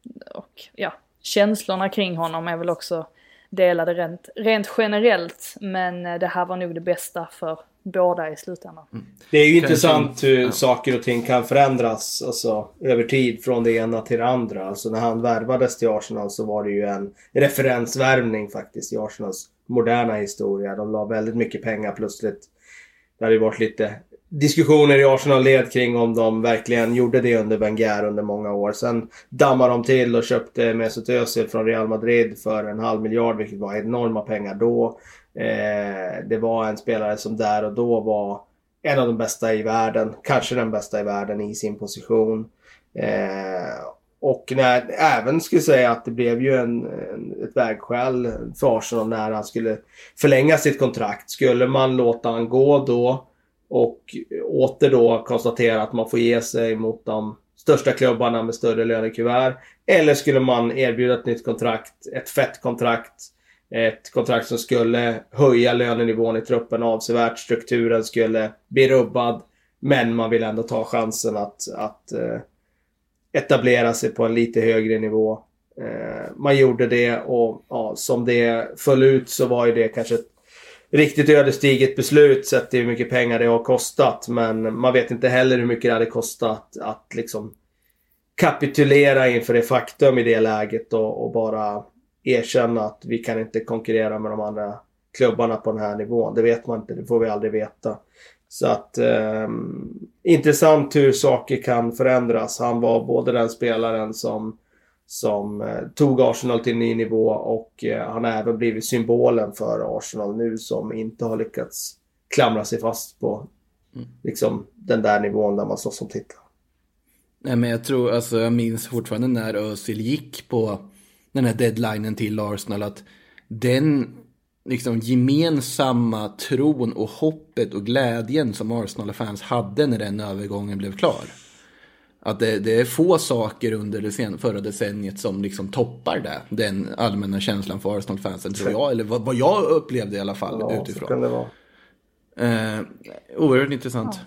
känslorna kring honom är väl också delade rent generellt. Men det här var nog det bästa för båda i slutändan.
Det är ju intressant hur saker och ting kan förändras över tid från det ena till det andra. Alltså när han värvades till Arsenal så var det ju en referensvärvning faktiskt i Arsenals moderna historia. De la väldigt mycket pengar plötsligt. Det hade ju varit lite diskussioner i Arsenal-led kring om de verkligen gjorde det under Wenger under många år. Sen dammade de till och köpte Mesut Özil från Real Madrid för 500 miljoner, vilket var enorma pengar då. Det var en spelare som där och då var en av de bästa i världen, kanske den bästa i världen i sin position. Och även skulle säga att det blev ju ett vägskäl för Arsenal när han skulle förlänga sitt kontrakt. Skulle man låta han gå då och åter då konstatera att man får ge sig mot de största klubbarna med större lönekuvert, eller skulle man erbjuda ett nytt kontrakt, ett fett kontrakt, ett kontrakt som skulle höja lönenivån i truppen avsevärt, strukturen skulle bli rubbad, men man vill ändå ta chansen att etablera sig på en lite högre nivå. Man gjorde det och som det föll ut så var ju det kanske ett riktigt ödesdigert beslut sett hur mycket pengar det har kostat, men man vet inte heller hur mycket det hade kostat att liksom kapitulera inför det faktum i det läget och bara erkänna att vi kan inte konkurrera med de andra klubbarna på den här nivån. Det vet man inte, det får vi aldrig veta. Så att intressant hur saker kan förändras. Han var både den spelaren som tog Arsenal till en ny nivå och han har även blivit symbolen för Arsenal nu som inte har lyckats klamra sig fast på liksom den där nivån där man står som tittare.
Nej, men jag tror, jag minns fortfarande när Özil gick på den här deadlinen till Arsenal, att den liksom gemensamma tron och hoppet och glädjen som Arsenal-fans hade när den övergången blev klar. Att det är få saker under det förra decenniet som liksom toppar den allmänna känslan för Arsenal-fansen, tror jag. Eller vad jag upplevde i alla fall utifrån.
Så kan det vara.
Oerhört intressant.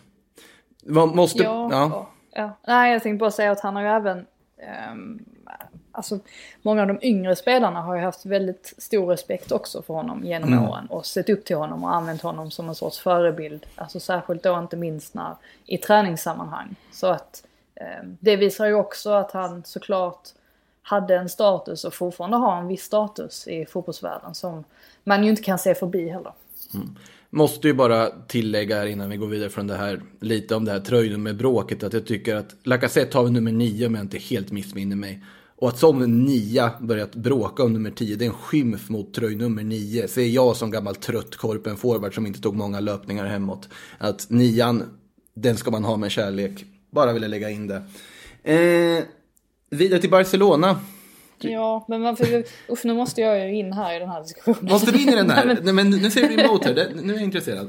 Nej, jag tänkte bara säga att han har ju även många av de yngre spelarna har ju haft väldigt stor respekt också för honom genom åren och sett upp till honom och använt honom som en sorts förebild. Alltså särskilt då inte minst i träningssammanhang. Så att det visar ju också att han såklart hade en status och fortfarande har en viss status i fotbollsvärlden som man ju inte kan se förbi heller.
Måste ju bara tillägga här innan vi går vidare från det här, lite om det här tröjnummerbråket, att jag tycker att Lacazette har nummer 9 om jag inte helt missminner mig. Och att som 9 börjat bråka om nummer 10, det är en skymf mot tröjnummer 9. Ser jag som gammal trött korpen forward som inte tog många löpningar hemåt. Att 9, den ska man ha med kärlek. Bara ville lägga in det. Vidare till Barcelona.
Ja, men varför, nu måste jag ju in här i den här diskussionen.
Måste du in i den här? Nej, men nu ser vi emot här. Nu är jag intresserad.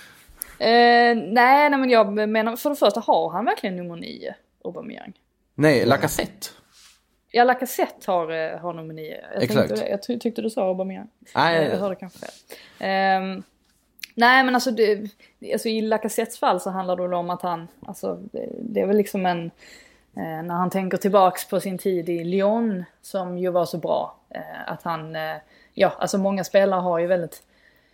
Nej, men jag menar, för det första, har han verkligen nummer 9, Aubameyang?
Nej, Lacazette.
Ja, Lacazette har nummer 9.
Exakt.
Jag tyckte du sa Aubameyang.
Nej.
Jag hörde kanske fel. Nej, men alltså, i Lacazettes fall så handlar det om att han, alltså, det är väl liksom när han tänker tillbaks på sin tid i Lyon, som ju var så bra, att han, alltså många spelare har ju väldigt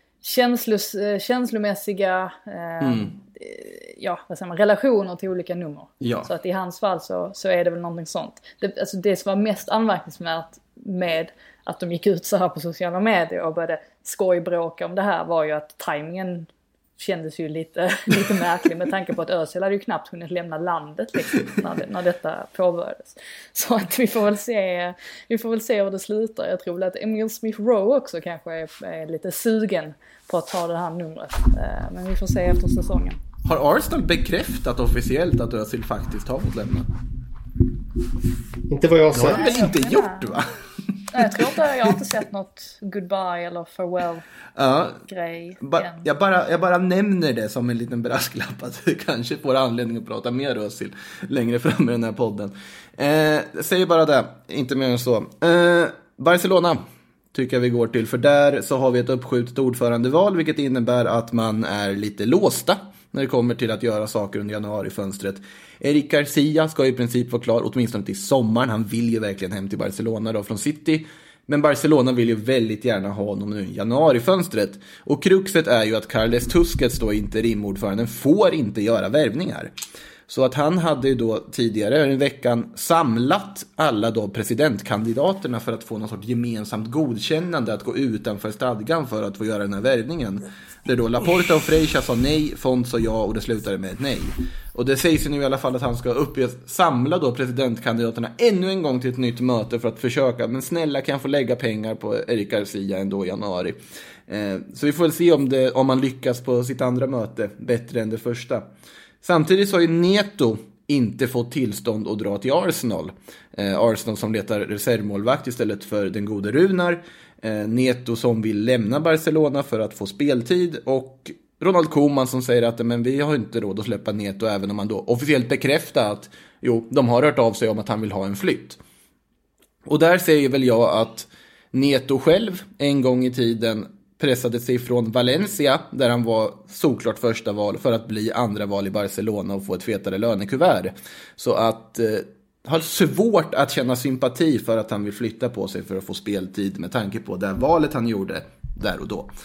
känslomässiga vad säger man, relationer till olika nummer. Ja. Så att i hans fall så är det väl någonting sånt. Det som var mest anmärkningsvärt med att de gick ut så här på sociala medier och började skojbråka om det här var ju att tajmingen kändes ju lite märklig, med tanke på att Özil hade ju knappt hunnit lämna landet liksom, när detta påbörjades. Så att vi får väl se hur det slutar. Jag tror väl att Emil Smith Rowe också kanske är lite sugen på att ta det här numret. Men vi får se efter säsongen.
Har Arsenal bekräftat officiellt att Özil faktiskt har fått lämna?
Inte vad jag har sett.
Det har de väl inte gjort, va?
Nej, jag har inte sett något goodbye eller farewell-grej.
Jag bara nämner det som en liten brasklapp, att vi kanske får anledning att prata mer Özil längre fram i den här podden. Säger bara det, inte mer än så. Barcelona tycker jag vi går till, för där så har vi ett uppskjutet ordförandeval, vilket innebär att man är lite låsta när det kommer till att göra saker under januarifönstret. Eric Garcia ska i princip vara klar åtminstone till sommaren. Han vill ju verkligen hem till Barcelona då från City. Men Barcelona vill ju väldigt gärna ha honom nu i januarifönstret. Och kruxet är ju att Carles Tusquets då, interimordföranden, får inte göra värvningar. Så att han hade ju då tidigare i veckan samlat alla då presidentkandidaterna för att få någon sorts gemensamt godkännande att gå utanför stadgan för att få göra den här värvningen. Där då Laporta och Freixa sa nej, Font sa ja, och det slutade med ett nej. Och det sägs ju nu i alla fall att han ska samla då presidentkandidaterna ännu en gång till ett nytt möte för att försöka, men snälla, kan jag få lägga pengar på Eric Garcia ändå i januari. Så vi får väl se om man lyckas på sitt andra möte bättre än det första. Samtidigt så har ju Neto inte fått tillstånd att dra till Arsenal. Arsenal som letar reservmålvakt istället för den gode Runar. Neto som vill lämna Barcelona för att få speltid. Och Ronald Koeman som säger att men vi har inte råd att släppa Neto, även om han då officiellt bekräftar att de har hört av sig om att han vill ha en flytt. Och där säger väl jag att Neto själv en gång i tiden pressade sig från Valencia, där han var såklart första val, för att bli andra val i Barcelona och få ett fetare lönekuvert. Så att har svårt att känna sympati för att han vill flytta på sig för att få speltid, med tanke på det valet han gjorde där och då.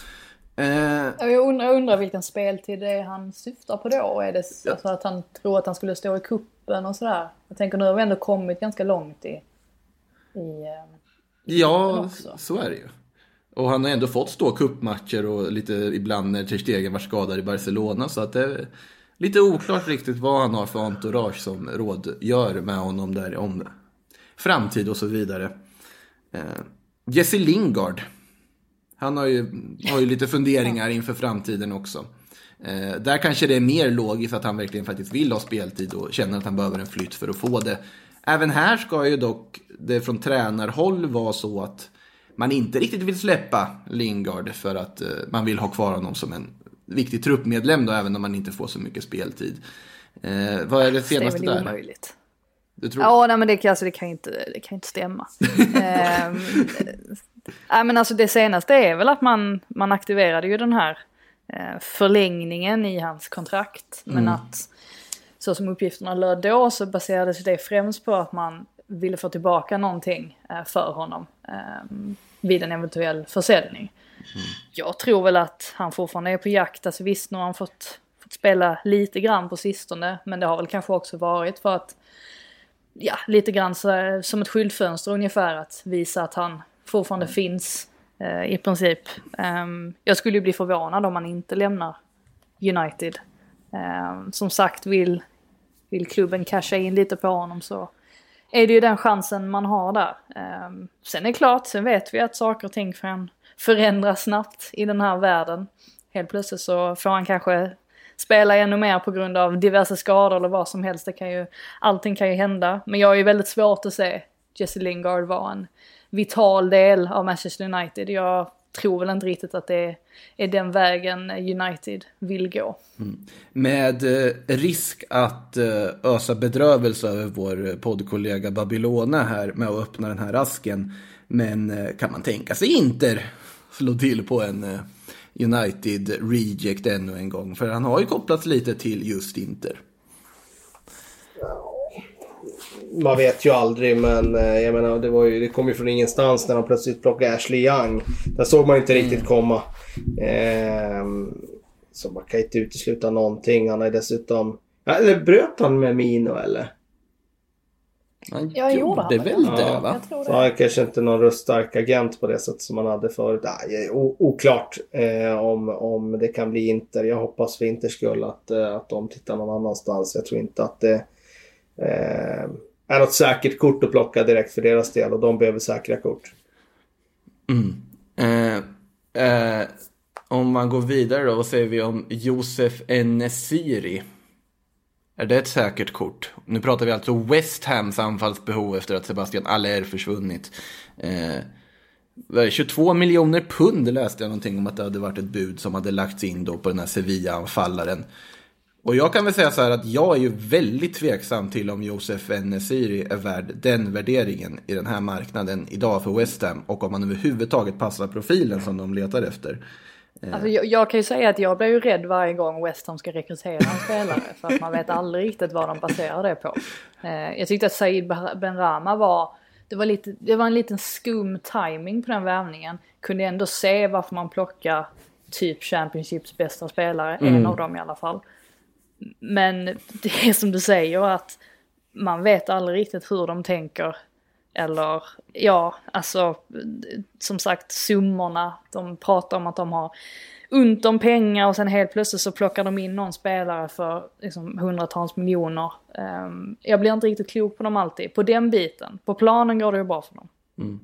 Jag undrar vilken speltid det är han syftar på då. Är det så att han tror att han skulle stå i kuppen och sådär? Jag tänker, nu har vi ändå kommit ganska långt i
ja, så är det ju. Och han har ändå fått stå kuppmatcher och lite ibland när Ter Stegen var skadad i Barcelona, så att det är lite oklart riktigt vad han har för entourage som rådgör med honom där om framtid och så vidare. Jesse Lingard, han har ju lite funderingar inför framtiden också. Där kanske det är mer logiskt att han verkligen faktiskt vill ha speltid och känner att han behöver en flytt för att få det. Även här ska ju dock det från tränarhåll vara så att man inte riktigt vill släppa Lingard för att man vill ha kvar honom som en viktig truppmedlem då, även om man inte får så mycket speltid. Vad är det senaste där?
Det är väl omöjligt.
Du tror?
Ja, nej, men det kan inte stämma. Men alltså det senaste är väl att man aktiverade ju den här förlängningen i hans kontrakt. Men att så som uppgifterna löd då, så baserades det främst på att man ville få tillbaka någonting för honom vid en eventuell försäljning. Jag tror väl att han fortfarande är på jakt. Alltså visst, nu har han fått spela lite grann på sistone, men det har väl kanske också varit för att lite grann så, som ett skyltfönster ungefär, att visa att han fortfarande finns i princip. Jag skulle ju bli förvånad om han inte lämnar United. Som sagt, vill klubben casha in lite på honom så är det ju den chansen man har där. Sen är det klart, sen vet vi att saker och ting kan förändras snabbt i den här världen. Helt plötsligt så får han kanske spela ännu mer på grund av diverse skador eller vad som helst. Allting kan ju hända. Men jag är ju väldigt svårt att se Jesse Lingard vara en vital del av Manchester United. Jag tror väl inte riktigt att det är den vägen United vill gå.
Med risk att ösa bedrövelse över vår poddkollega Babylona här med att öppna den här asken. Men kan man tänka sig Inter slå till på en United reject ännu en gång? För han har ju kopplats lite till just Inter.
Man vet ju aldrig, men jag menar, det kom ju från ingenstans när de plötsligt plockade Ashley Young. Där såg man inte riktigt komma. Så man kan inte utesluta någonting. Han är dessutom... Eller bröt han med Mino, eller?
Jag gjorde
det väl det, va?
Så han är kanske inte någon röststark agent på det sätt som man hade förut. Oklart om det kan bli Inter. Jag hoppas för Inters skull att de tittar någon annanstans. Jag tror inte att det är något säkert kort att plocka direkt för deras del. Och de behöver säkra kort.
Om man går vidare då, vad säger vi om Josef En-Nesyri? Är det ett säkert kort? Nu pratar vi alltså West Hams anfallsbehov efter att Sebastian Aller försvunnit. 22 miljoner pund läste jag någonting om att det hade varit ett bud som hade lagts in då på den här Sevilla-anfallaren. Och jag kan väl säga så här att jag är ju väldigt tveksam till om Josef En-Nesyri är värd den värderingen i den här marknaden idag för West Ham. Och om man överhuvudtaget passar profilen som de letar efter.
Alltså jag kan ju säga att jag blir ju rädd varje gång West Ham ska rekrytera en spelare. För att man vet aldrig riktigt vad de baserar det på. Jag tyckte att Said Benrahma det var en liten skum timing på den värvningen. Kunde ändå se varför man plockar typ Championships bästa spelare. En av dem i alla fall. Men det är som du säger att man vet aldrig riktigt hur de tänker. Eller som sagt summorna. De pratar om att de har ont om pengar och sen helt plötsligt så plockar de in någon spelare för liksom, hundratals miljoner. Jag blir inte riktigt klok på dem alltid. På den biten. På planen går det ju bra för dem.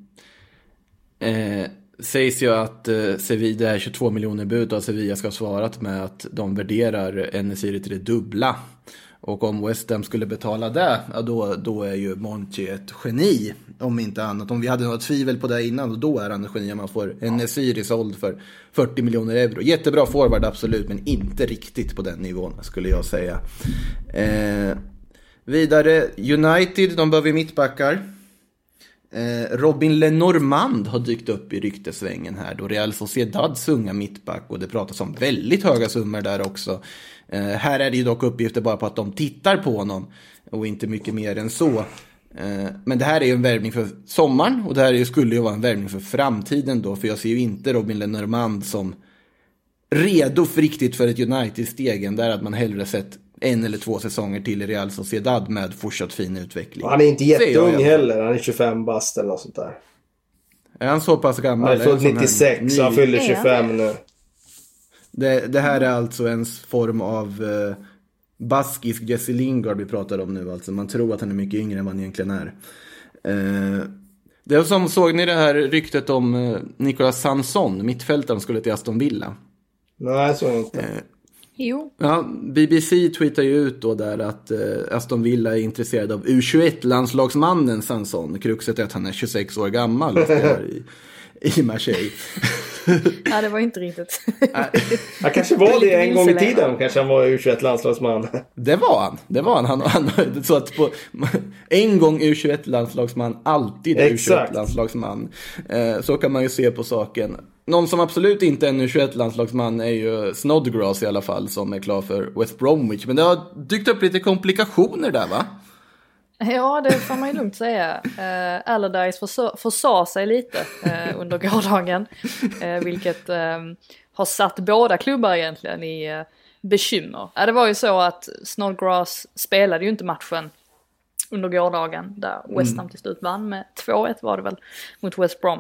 Sägs ju att Sevilla är 22 miljoner bud och Sevilla ska ha svarat med att de värderar En-Nesyri till det dubbla. Och om West Ham skulle betala det, då är ju Monchi ett geni, om inte annat. Om vi hade något tvivel på det innan, då är han ett geni. Man får En-Nesyri såld för 40 miljoner euro. Jättebra forward, absolut, men inte riktigt på den nivån, skulle jag säga. Vidare, United, de behöver mittbackar. Robin Lenormand har dykt upp i ryktesvängen här då Real Sociedads unga mittback, och det pratas om väldigt höga summor där också. Här är det ju dock uppgifter bara på att de tittar på honom och inte mycket mer än så. Men det här är ju en värvning för sommaren, och det här skulle ju vara en värvning för framtiden då, för jag ser ju inte Robin Lenormand som redo för riktigt för ett United-stegen. Där hade man hellre sett 1 eller 2 säsonger till i Real Sociedad med fortsatt fin utveckling.
Han är inte jätteung heller, han är 25 bast eller något sånt där.
Är han så pass gammal?
Han är född 96, så han fyller 25 nu.
Det här är alltså en form av baskisk Jesse Lingard vi pratar om nu. Alltså man tror att han är mycket yngre än vad han egentligen är. Det är som, såg ni det här ryktet om Nicolas Sanson, mittfältaren, skulle till Aston Villa?
Nej, så inte.
Jo.
Ja, BBC tweetar ju ut då där att Aston Villa är intresserad av U21-landslagsmannen Sanson. Kruxet är att han är 26 år gammal och spelar i Marseille.
Nej, det var inte riktigt.
Han kanske var det en gång i tiden. Kanske han var U21-landslagsman.
Det var han. Han så att på en gång U21-landslagsman, alltid U21-landslagsman. Så kan man ju se på saken. Någon som absolut inte är en U21-landslagsman är ju Snodgrass i alla fall, som är klar för West Bromwich. Men det har dykt upp lite komplikationer där, va?
Ja, det får man ju lugnt säga. Allardyce försa sig lite under gårdagen. Vilket har satt båda klubbar egentligen i bekymmer. Det var ju så att Snodgrass spelade ju inte matchen under gårdagen där West Ham till slut vann med 2-1 var det väl mot West Brom.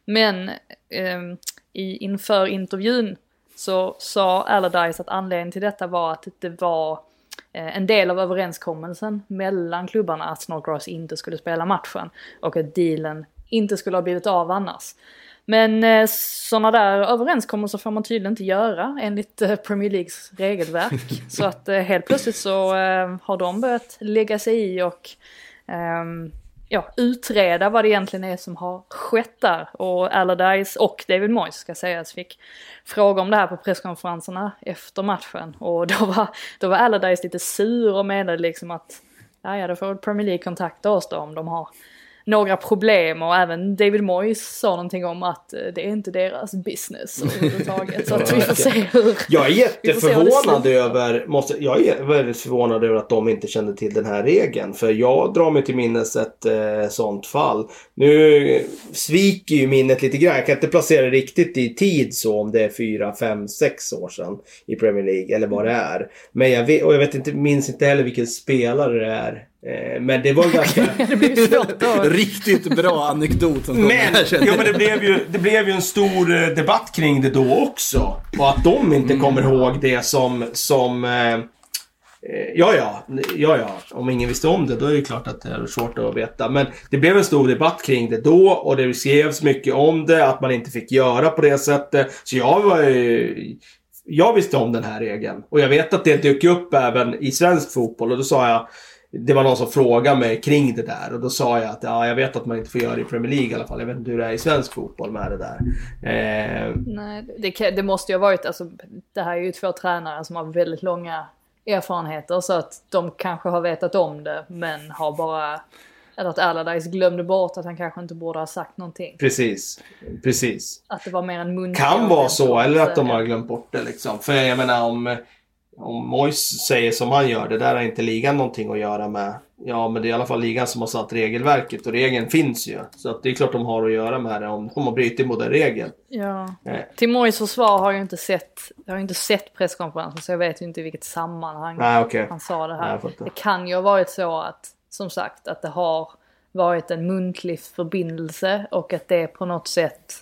Men inför intervjun så sa Allardyce att anledningen till detta var att det var en del av överenskommelsen mellan klubbarna att Snodgrass inte skulle spela matchen och att dealen inte skulle ha blivit av annars. Men sådana där överenskommelser får man tydligen inte göra enligt Premier Leagues regelverk. Så att helt plötsligt så har de börjat lägga sig i och utreda vad det egentligen är som har skett där. Och Allardyce och David Moyes ska sägas fick fråga om det här på presskonferenserna efter matchen. Och då var Allardyce lite sur och menade liksom att då får Premier League kontakta oss då om de har några problem, och även David Moyes sa någonting om att det är inte deras business överhuvudtaget. Så att vi får se hur. Jag är
jätteförvånad väldigt förvånad över att de inte kände till den här regeln, för jag drar mig till minnes ett sånt fall. Nu sviker ju minnet lite grann. Jag kan inte placera riktigt i tid så om det är 4, 5, 6 år sedan i Premier League eller vad det är. Men jag vet inte, minns inte heller vilken spelare det är. Men det var ganska
riktigt bra anekdot som
men det blev ju en stor debatt kring det då också, och att de inte kommer ihåg det som om ingen visste om det, då är det klart att det är svårt att veta, men det blev en stor debatt kring det då, och det skrevs mycket om det, att man inte fick göra på det sättet. Så jag visste om den här regeln, och jag vet att det dök upp även i svensk fotboll, och då sa jag, det var någon som frågade mig kring det där, och då sa jag att jag vet att man inte får göra det i Premier League i alla fall. Jag vet inte hur det är i svensk fotboll med det där.
Nej, det måste ju ha varit, alltså, det här är ju 2 tränare som har väldigt långa erfarenheter, så att de kanske har vetat om det, men har bara, eller att Allardyce glömde bort att han kanske inte borde ha sagt någonting.
Precis.
Att det var mer en mun.
Kan vara så, eller att de har glömt bort det liksom. För jag menar, om Moyes säger som han gör, det där är inte ligan någonting att göra med. Ja, men det är i alla fall ligan som har satt regelverket, och regeln finns ju. Så att det är klart de har att göra med det om de har brytit mot den regeln.
Ja. Till Moyes försvar har jag inte sett presskonferensen, så jag vet ju inte i vilket sammanhang han sa det här. Det kan ju ha varit så att, som sagt, att det har varit en muntlig förbindelse, och att det på något sätt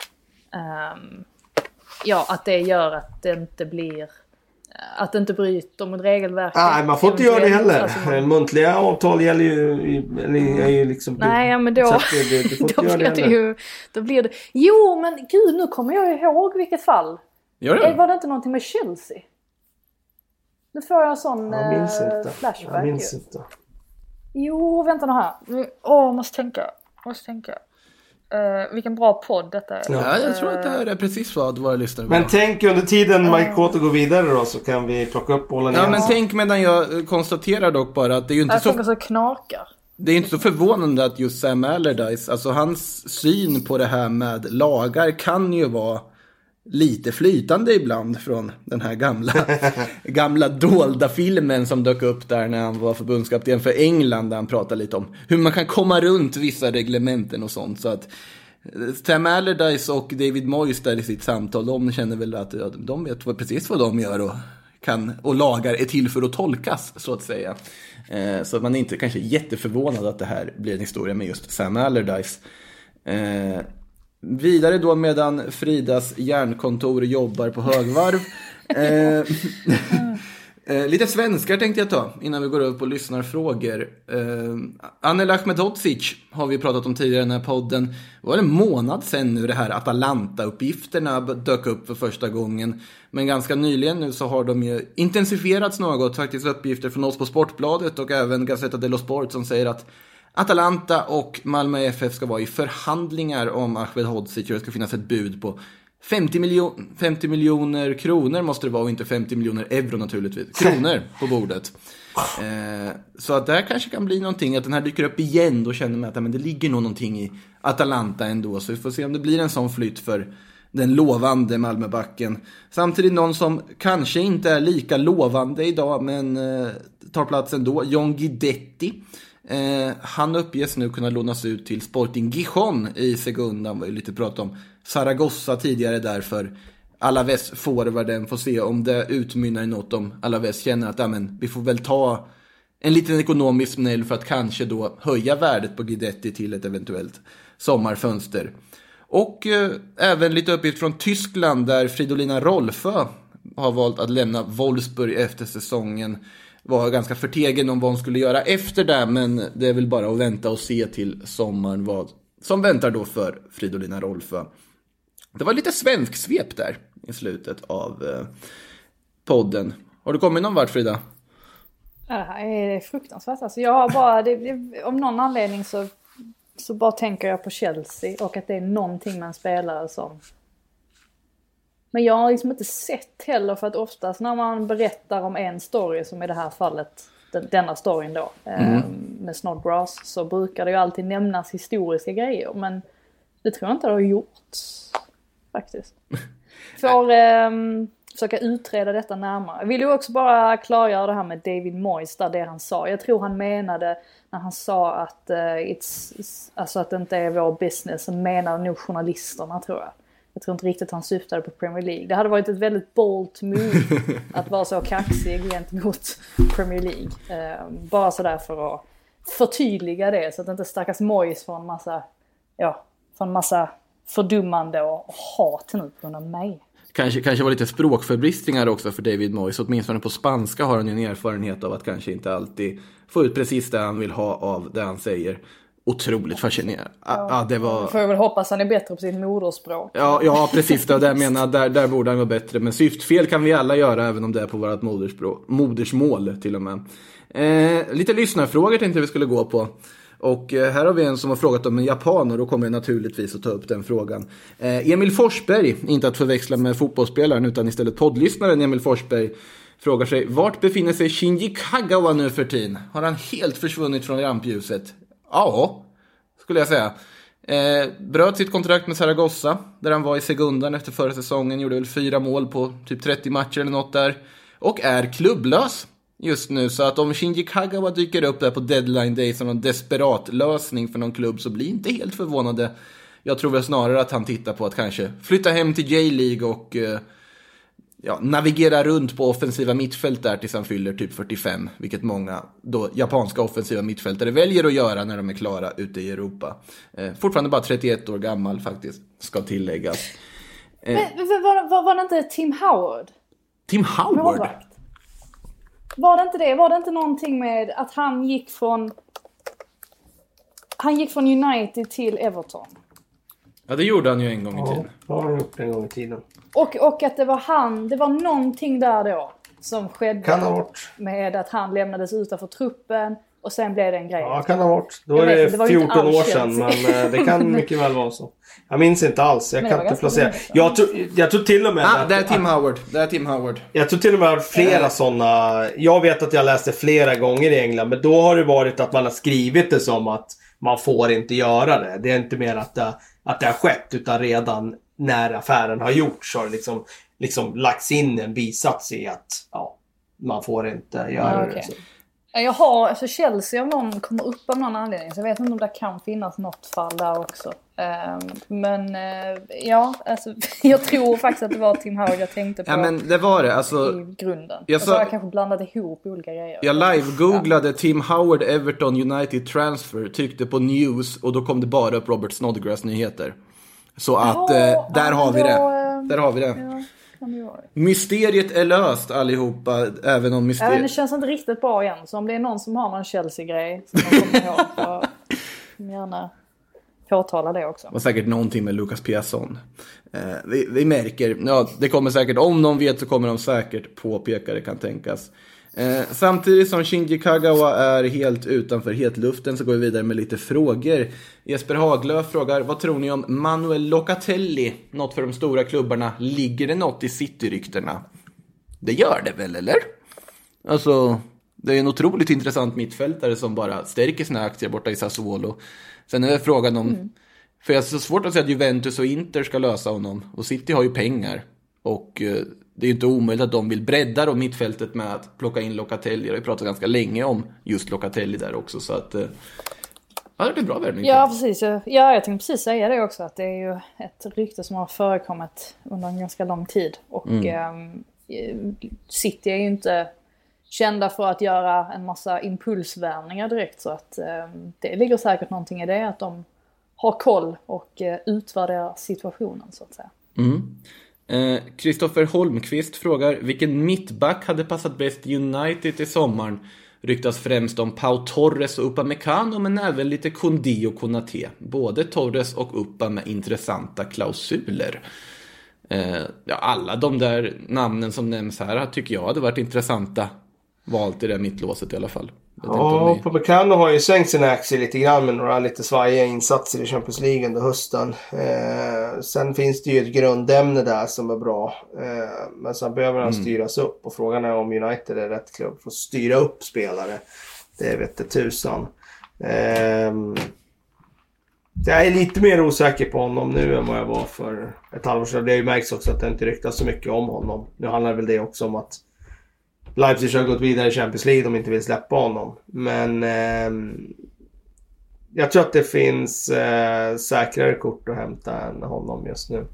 att det gör att det inte blir, att det inte bryter mot regelverket.
Nej, man får inte göra det heller. Alltså muntliga avtal gäller ju är ju liksom.
Nej, men då blir det. Jo, men gud, nu kommer jag ihåg vilket fall. Var det inte någonting med Chelsea? Nu får jag en sån flashback.
Jag minns inte.
Jo, vänta nu här. Måste tänka. Vilken bra podd detta är.
Ja, jag tror att det här är precis vad våra lyssnare vill.
Men tänk under tiden Mike Kåte går vidare då, så kan vi plocka upp bollen igen.
Ja, men tänk medan jag konstaterar dock bara att det är ju inte
så knakar.
Det är inte så förvånande att just Sam Allardyce, alltså hans syn på det här med lagar kan ju vara lite flytande ibland från den här gamla dolda filmen som dök upp där när han var förbundskapten för England, där han pratade lite om hur man kan komma runt vissa reglementen och sånt. Så att Sam Allardyce och David Moyes där i sitt samtal, de känner väl att de vet precis vad de gör och lagar är till för att tolkas, så att säga. Så att man är inte kanske jätteförvånad att det här blir en historia med just Sam Allardyce. Vidare då, medan Fridas hjärnkontor jobbar på högvarv. Lite svenskar tänkte jag ta innan vi går över på lyssnarfrågor. Anel Ahmedhodzic har vi pratat om tidigare i den här podden. Det var en månad sedan nu det här Atalanta-uppgifterna dök upp för första gången. Men ganska nyligen nu så har de ju intensifierats något, faktiskt uppgifter från oss på Sportbladet och även Gazzetta dello Sport som säger att Atalanta och Malmö FF ska vara i förhandlingar om Ahmedhodzic, och det ska finnas ett bud på 50 miljoner kronor måste det vara, och inte 50 miljoner euro naturligtvis. Kronor på bordet. Så att det här kanske kan bli någonting, att den här dyker upp igen, då känner man att det ligger nog någonting i Atalanta ändå. Så vi får se om det blir en sån flytt för den lovande Malmöbacken. Samtidigt någon som kanske inte är lika lovande idag, men tar platsen då, John Guidetti. Han uppges nu kunna lånas ut till Sporting Gijon i Segunda. Han var ju lite prat om Zaragoza tidigare, därför Alaves forwarden, får se om det utmynnar i något, om Alaves känner att vi får väl ta en liten ekonomisk smäll för att kanske då höja värdet på Guidetti till ett eventuellt sommarfönster. Och även lite uppgift från Tyskland där Fridolina Rolfö har valt att lämna Wolfsburg efter säsongen. Var ganska förtegen om vad hon skulle göra efter det, men det är väl bara att vänta och se till sommaren vad som väntar då för Fridolina Rolfö. Det var lite svensk svep där i slutet av podden. Har du kommit någon vart, Frida?
Ja, det här är fruktansvärt. Alltså jag har bara, om någon anledning så bara tänker jag på Chelsea och att det är någonting med en spelare som... Men jag har liksom inte sett heller, för att oftast när man berättar om en story, som i det här fallet, denna storyn då, med Snodgrass, så brukar det ju alltid nämnas historiska grejer, men det tror jag inte det har gjort faktiskt. Får försöka utreda detta närmare. Jag vill ju också bara klargöra det här med David Moyes, där det han sa. Jag tror han menade när han sa att alltså att det inte är vår business, så menar nog journalisterna, tror jag. Jag tror inte riktigt han syftade på Premier League. Det hade varit ett väldigt bold move att vara så kaxig gentemot Premier League. Bara så där för att förtydliga det, så att inte stackars Moyes får en massa fördummande och hat nu på grund av mig.
Kanske var lite språkförbristringar också för David Moyes. Åtminstone på spanska har han ju en erfarenhet av att kanske inte alltid få ut precis det han vill ha av det han säger. Otroligt fascinerande. Det var...
Får jag väl hoppas han är bättre på sitt moderspråk.
Ja, precis det jag menar. Där borde han vara bättre. Men syftfel kan vi alla göra, även om det är på vårt modersmål till och med. Lite lyssnarfrågor tänkte vi skulle gå på. Och här har vi en som har frågat om en japan, och då kommer jag naturligtvis att ta upp den frågan. Emil Forsberg, inte att förväxla med fotbollsspelaren utan istället poddlyssnaren Emil Forsberg, frågar sig: vart befinner sig Shinji Kagawa nu för tiden? Har han helt försvunnit från rampljuset? Ja, skulle jag säga. Bröt sitt kontrakt med Zaragoza, där han var i segundan efter förra säsongen. Gjorde väl 4 mål på typ 30 matcher eller något där. Och är klubblös just nu. Så att om Shinji Kagawa dyker upp där på deadline day som en desperat lösning för någon klubb, så blir inte helt förvånade. Jag tror väl snarare att han tittar på att kanske flytta hem till J-League och navigera runt på offensiva mittfält där tills han fyller typ 45, vilket många då japanska offensiva mittfältare väljer att göra när de är klara ute i Europa. Fortfarande bara 31 år gammal faktiskt, ska tilläggas.
Var det inte Tim Howard?
Tim Howard?
Var det inte det? Var det inte någonting med att han gick från United till Everton?
Ja, det gjorde han ju en gång i tiden.
Ja, det har han gjort en gång i tiden.
Och att det var någonting där då som skedde.
Kan ha varit.
Med att han lämnades utanför truppen och sen blev det en grej.
Ja, kan ha varit. Då är det 14 år sedan, men det kan mycket väl vara så. Jag minns inte alls, jag kan inte placera. Jag tror till och med
det är Tim Howard.
Jag tror till och med flera sådana. Jag vet att jag läste flera gånger i England, men då har det varit att man har skrivit det som att man får inte göra det. Det är inte mer att det har skett, utan redan när affären har gjorts så har det liksom lagts in en bisats i att man får inte göra det. Så.
Jag har, alltså Chelsea om någon kommer upp av någon anledning, så jag vet inte om det kan finnas något fall där också. Jag tror faktiskt att det var Tim Howard jag tänkte på.
Ja, men det var det, alltså,
i grunden. Jag kanske blandat ihop olika grejer.
Jag live-googlade Tim Howard Everton United transfer, tryckte på news och då kom det bara upp Robert Snodgrass nyheter. Så att där har vi det. Där har vi det.
Ja.
Mysteriet är löst allihopa, även om mysteriet...
det känns inte riktigt bra igen. Så om det är någon som har någon Chelsea-grej som man kommer ihåg, så gärna påtala det också.
Och säkert någonting med Lucas Piasson. Vi märker, det kommer säkert, om någon vet så kommer de säkert påpeka, det kan tänkas. Samtidigt som Shinji Kagawa är helt utanför hetluften så går vi vidare med lite frågor. Jesper Haglöf frågar: vad tror ni om Manuel Locatelli? Något för de stora klubbarna. Ligger det något i City-ryktena? Det gör det väl, eller? Alltså, det är en otroligt intressant mittfältare som bara stärker sina aktier borta i Sassuolo. Sen är det frågan om... För jag är så svårt att säga att Juventus och Inter ska lösa honom. Och City har ju pengar. Och det är ju inte omöjligt att de vill bredda då mittfältet med att plocka in Locatelli. Jag har ju pratat ganska länge om just Locatelli där också. Så att... det är bra värvning.
Ja, precis. Jag tänkte precis säga det också. Att det är ju ett rykte som har förekommit under en ganska lång tid. Och City är ju inte kända för att göra en massa impulsvärvningar direkt. Så att det ligger säkert någonting i det. Att de ha koll och utvärdera situationen så att säga.
Kristoffer Holmqvist frågar: vilken mittback hade passat bäst United i sommaren? Ryktas främst om Pau Torres och Upamecano, men även lite Kondi och Konaté. Både Torres och Uppa med intressanta klausuler. Alla de där namnen som nämns här tycker jag hade varit intressanta valt i det mittlåset i alla fall.
Ja, Upamecano har ju sänkt sin aktie lite grann med några lite svajiga insatser i Champions League under hösten. Sen finns det ju ett grundämne där som är bra. Men sen behöver han styras upp. Och frågan är om United är rätt klubb för att styra upp spelare. Det vet det tusan. Jag är lite mer osäker på honom nu än vad jag var för ett halvår sedan. Det har ju märkts också att det inte ryktas så mycket om honom. Nu handlar väl det också om att Leipzig har gått vidare i Champions League. De inte vill släppa honom. Men jag tror att det finns säkrare kort att hämta än honom just nu.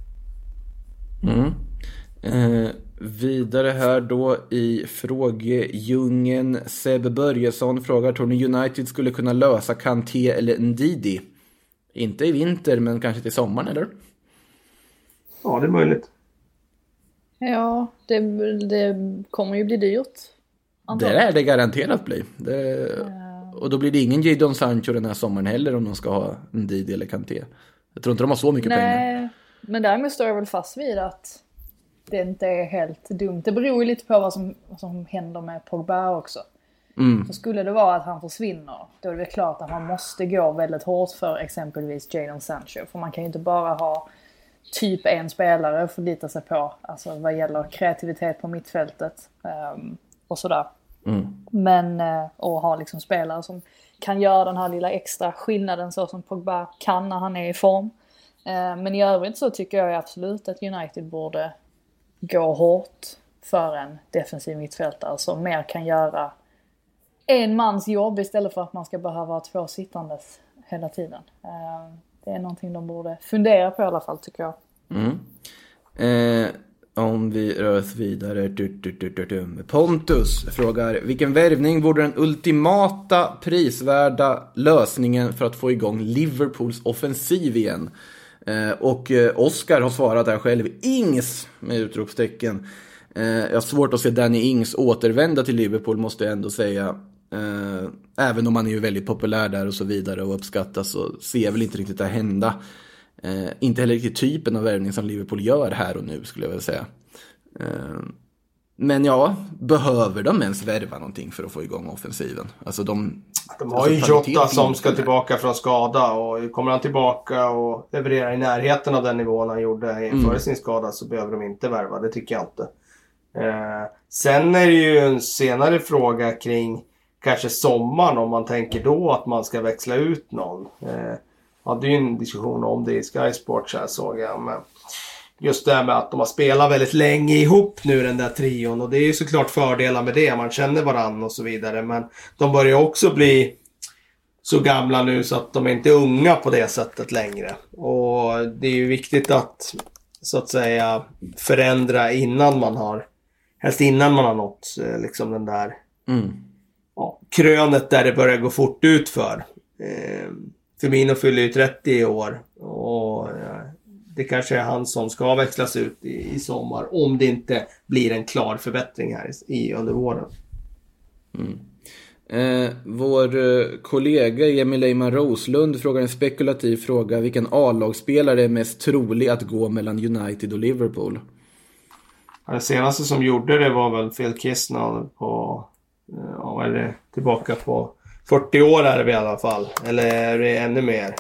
Vidare här då i frågedjungeln. Sebbe Börjesson frågar: tror ni United skulle kunna lösa Kanté eller Ndidi? Inte i vinter, men kanske till sommaren, eller?
Ja, det är möjligt.
Ja, det kommer ju bli dyrt.
Det är det garanterat bli. Och då blir det ingen Jadon Sancho den här sommaren heller om de ska ha en Didi eller Kanté. Jag tror inte de har så mycket pengar.
Men därmed står jag väl fast vid att det inte är helt dumt. Det beror ju lite på vad som händer med Pogba också. Så skulle det vara att han försvinner, då är det väl klart att man måste gå väldigt hårt för exempelvis Jadon Sancho. För man kan ju inte bara ha typ en spelare att förlita sig på, alltså vad gäller kreativitet på mittfältet och sådär. Men och ha liksom spelare som kan göra den här lilla extra skillnaden så som Pogba kan när han är i form. Men i övrigt så tycker jag absolut att United borde gå hårt för en defensiv mittfältare som mer kan göra en mans jobb istället för att man ska behöva ha två sittandes hela tiden. Det är någonting de borde fundera på i alla fall, tycker jag.
Om vi rör oss vidare. Pontus frågar: vilken värvning vore den ultimata prisvärda lösningen för att få igång Liverpools offensiv igen? Och Oscar har svarat här själv: Ings med utropstecken. Jag har svårt att se Danny Ings återvända till Liverpool, måste jag ändå säga. Även om han är ju väldigt populär där och så vidare och uppskattas, så ser jag väl inte riktigt det hända. Inte heller riktigt typen av värvning som Liverpool gör här och nu, skulle jag väl säga. Men ja, behöver de ens värva någonting för att få igång offensiven? Alltså de
har ju Jota som ska tillbaka från skada, och kommer han tillbaka och levererar i närheten av den nivån han gjorde före sin skada, så behöver de inte värva, det tycker jag inte. Sen är det ju en senare fråga kring kanske sommaren, om man tänker då att man ska växla ut någon. Hade ju en diskussion om det i Sky Sports här, såg jag. Men just det här med att de har spelat väldigt länge ihop nu, den där trion. Och det är ju såklart fördelar med det. Man känner varandra och så vidare. Men de börjar också bli så gamla nu så att de inte är unga på det sättet längre. Och det är ju viktigt att, så att säga, förändra innan man har nått liksom den där krönet där det börjar gå fort ut för. Firmino fyller ju 30 år och det kanske är han som ska växlas ut i sommar, om det inte blir en klar förbättring här under våren.
Vår kollega Emil Eiman Roslund frågar en spekulativ fråga: vilken A-lagsspelare är mest trolig att gå mellan United och Liverpool?
Det senaste som gjorde det var väl Phil Kissner på eller tillbaka på 40 år är det i alla fall. Eller är det ännu mer?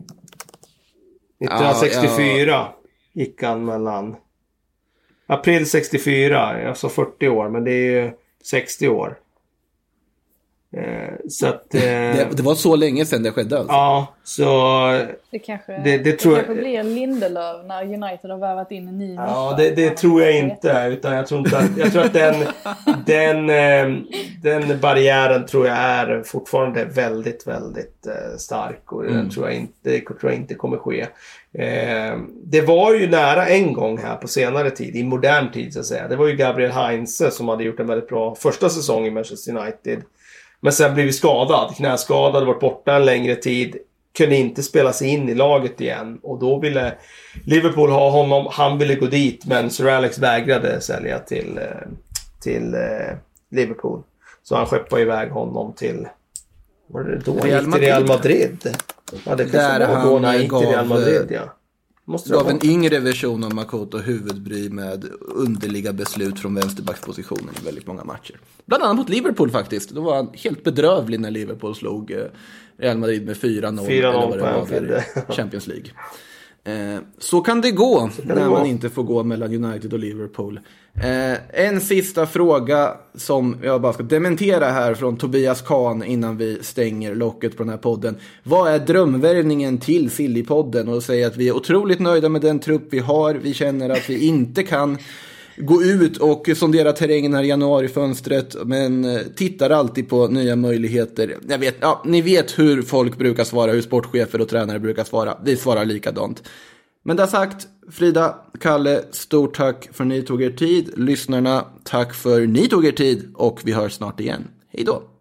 1964 gick han mellan april 64, alltså 40 år, men det är ju 60 år. Så att,
det var så länge sedan det skedde alltså.
Ja, så
det kanske
tror
kanske blir en Lindelöf när United har värvat in en ny.
Ja, det tror jag inte, utan jag tror att den barriären tror jag är fortfarande väldigt, väldigt stark, och den tror jag inte kommer ske. Det var ju nära en gång här på senare tid, i modern tid så att säga. Det var ju Gabriel Heinze som hade gjort en väldigt bra första säsong i Manchester United. Men sen blev vi skadad, knäskadad, varit borta en längre tid. kunde inte spela sig in i laget igen. Och då ville Liverpool ha honom. Han ville gå dit, men Sir Alex vägrade sälja till Liverpool. Så han skeppade iväg honom till... Var det då? Real Madrid. Ja, det
där han
han gick till Real Madrid, ja.
Gav en yngre version av Makoto huvudbry med underliga beslut från vänsterbackspositionen i väldigt många matcher. Bland annat mot Liverpool faktiskt. Då var han helt bedrövlig när Liverpool slog Real Madrid med 4-0 eller vad det var där i Champions League. Så kan det gå när man inte får gå mellan United och Liverpool. En sista fråga som jag bara ska dementera här från Tobias Kahn innan vi stänger locket på den här podden. Vad är drömvärvningen till Sillypodden? Och säga att vi är otroligt nöjda med den trupp vi har. Vi känner att vi inte kan gå ut och sondera terrängen här i januarifönstret, men tittar alltid på nya möjligheter. Jag vet, ni vet hur folk brukar svara, hur sportchefer och tränare brukar svara. Vi svarar likadant. Men det sagt, Frida, Kalle, stort tack för att ni tog er tid. Lyssnarna, tack för att ni tog er tid, och vi hörs snart igen. Hej då!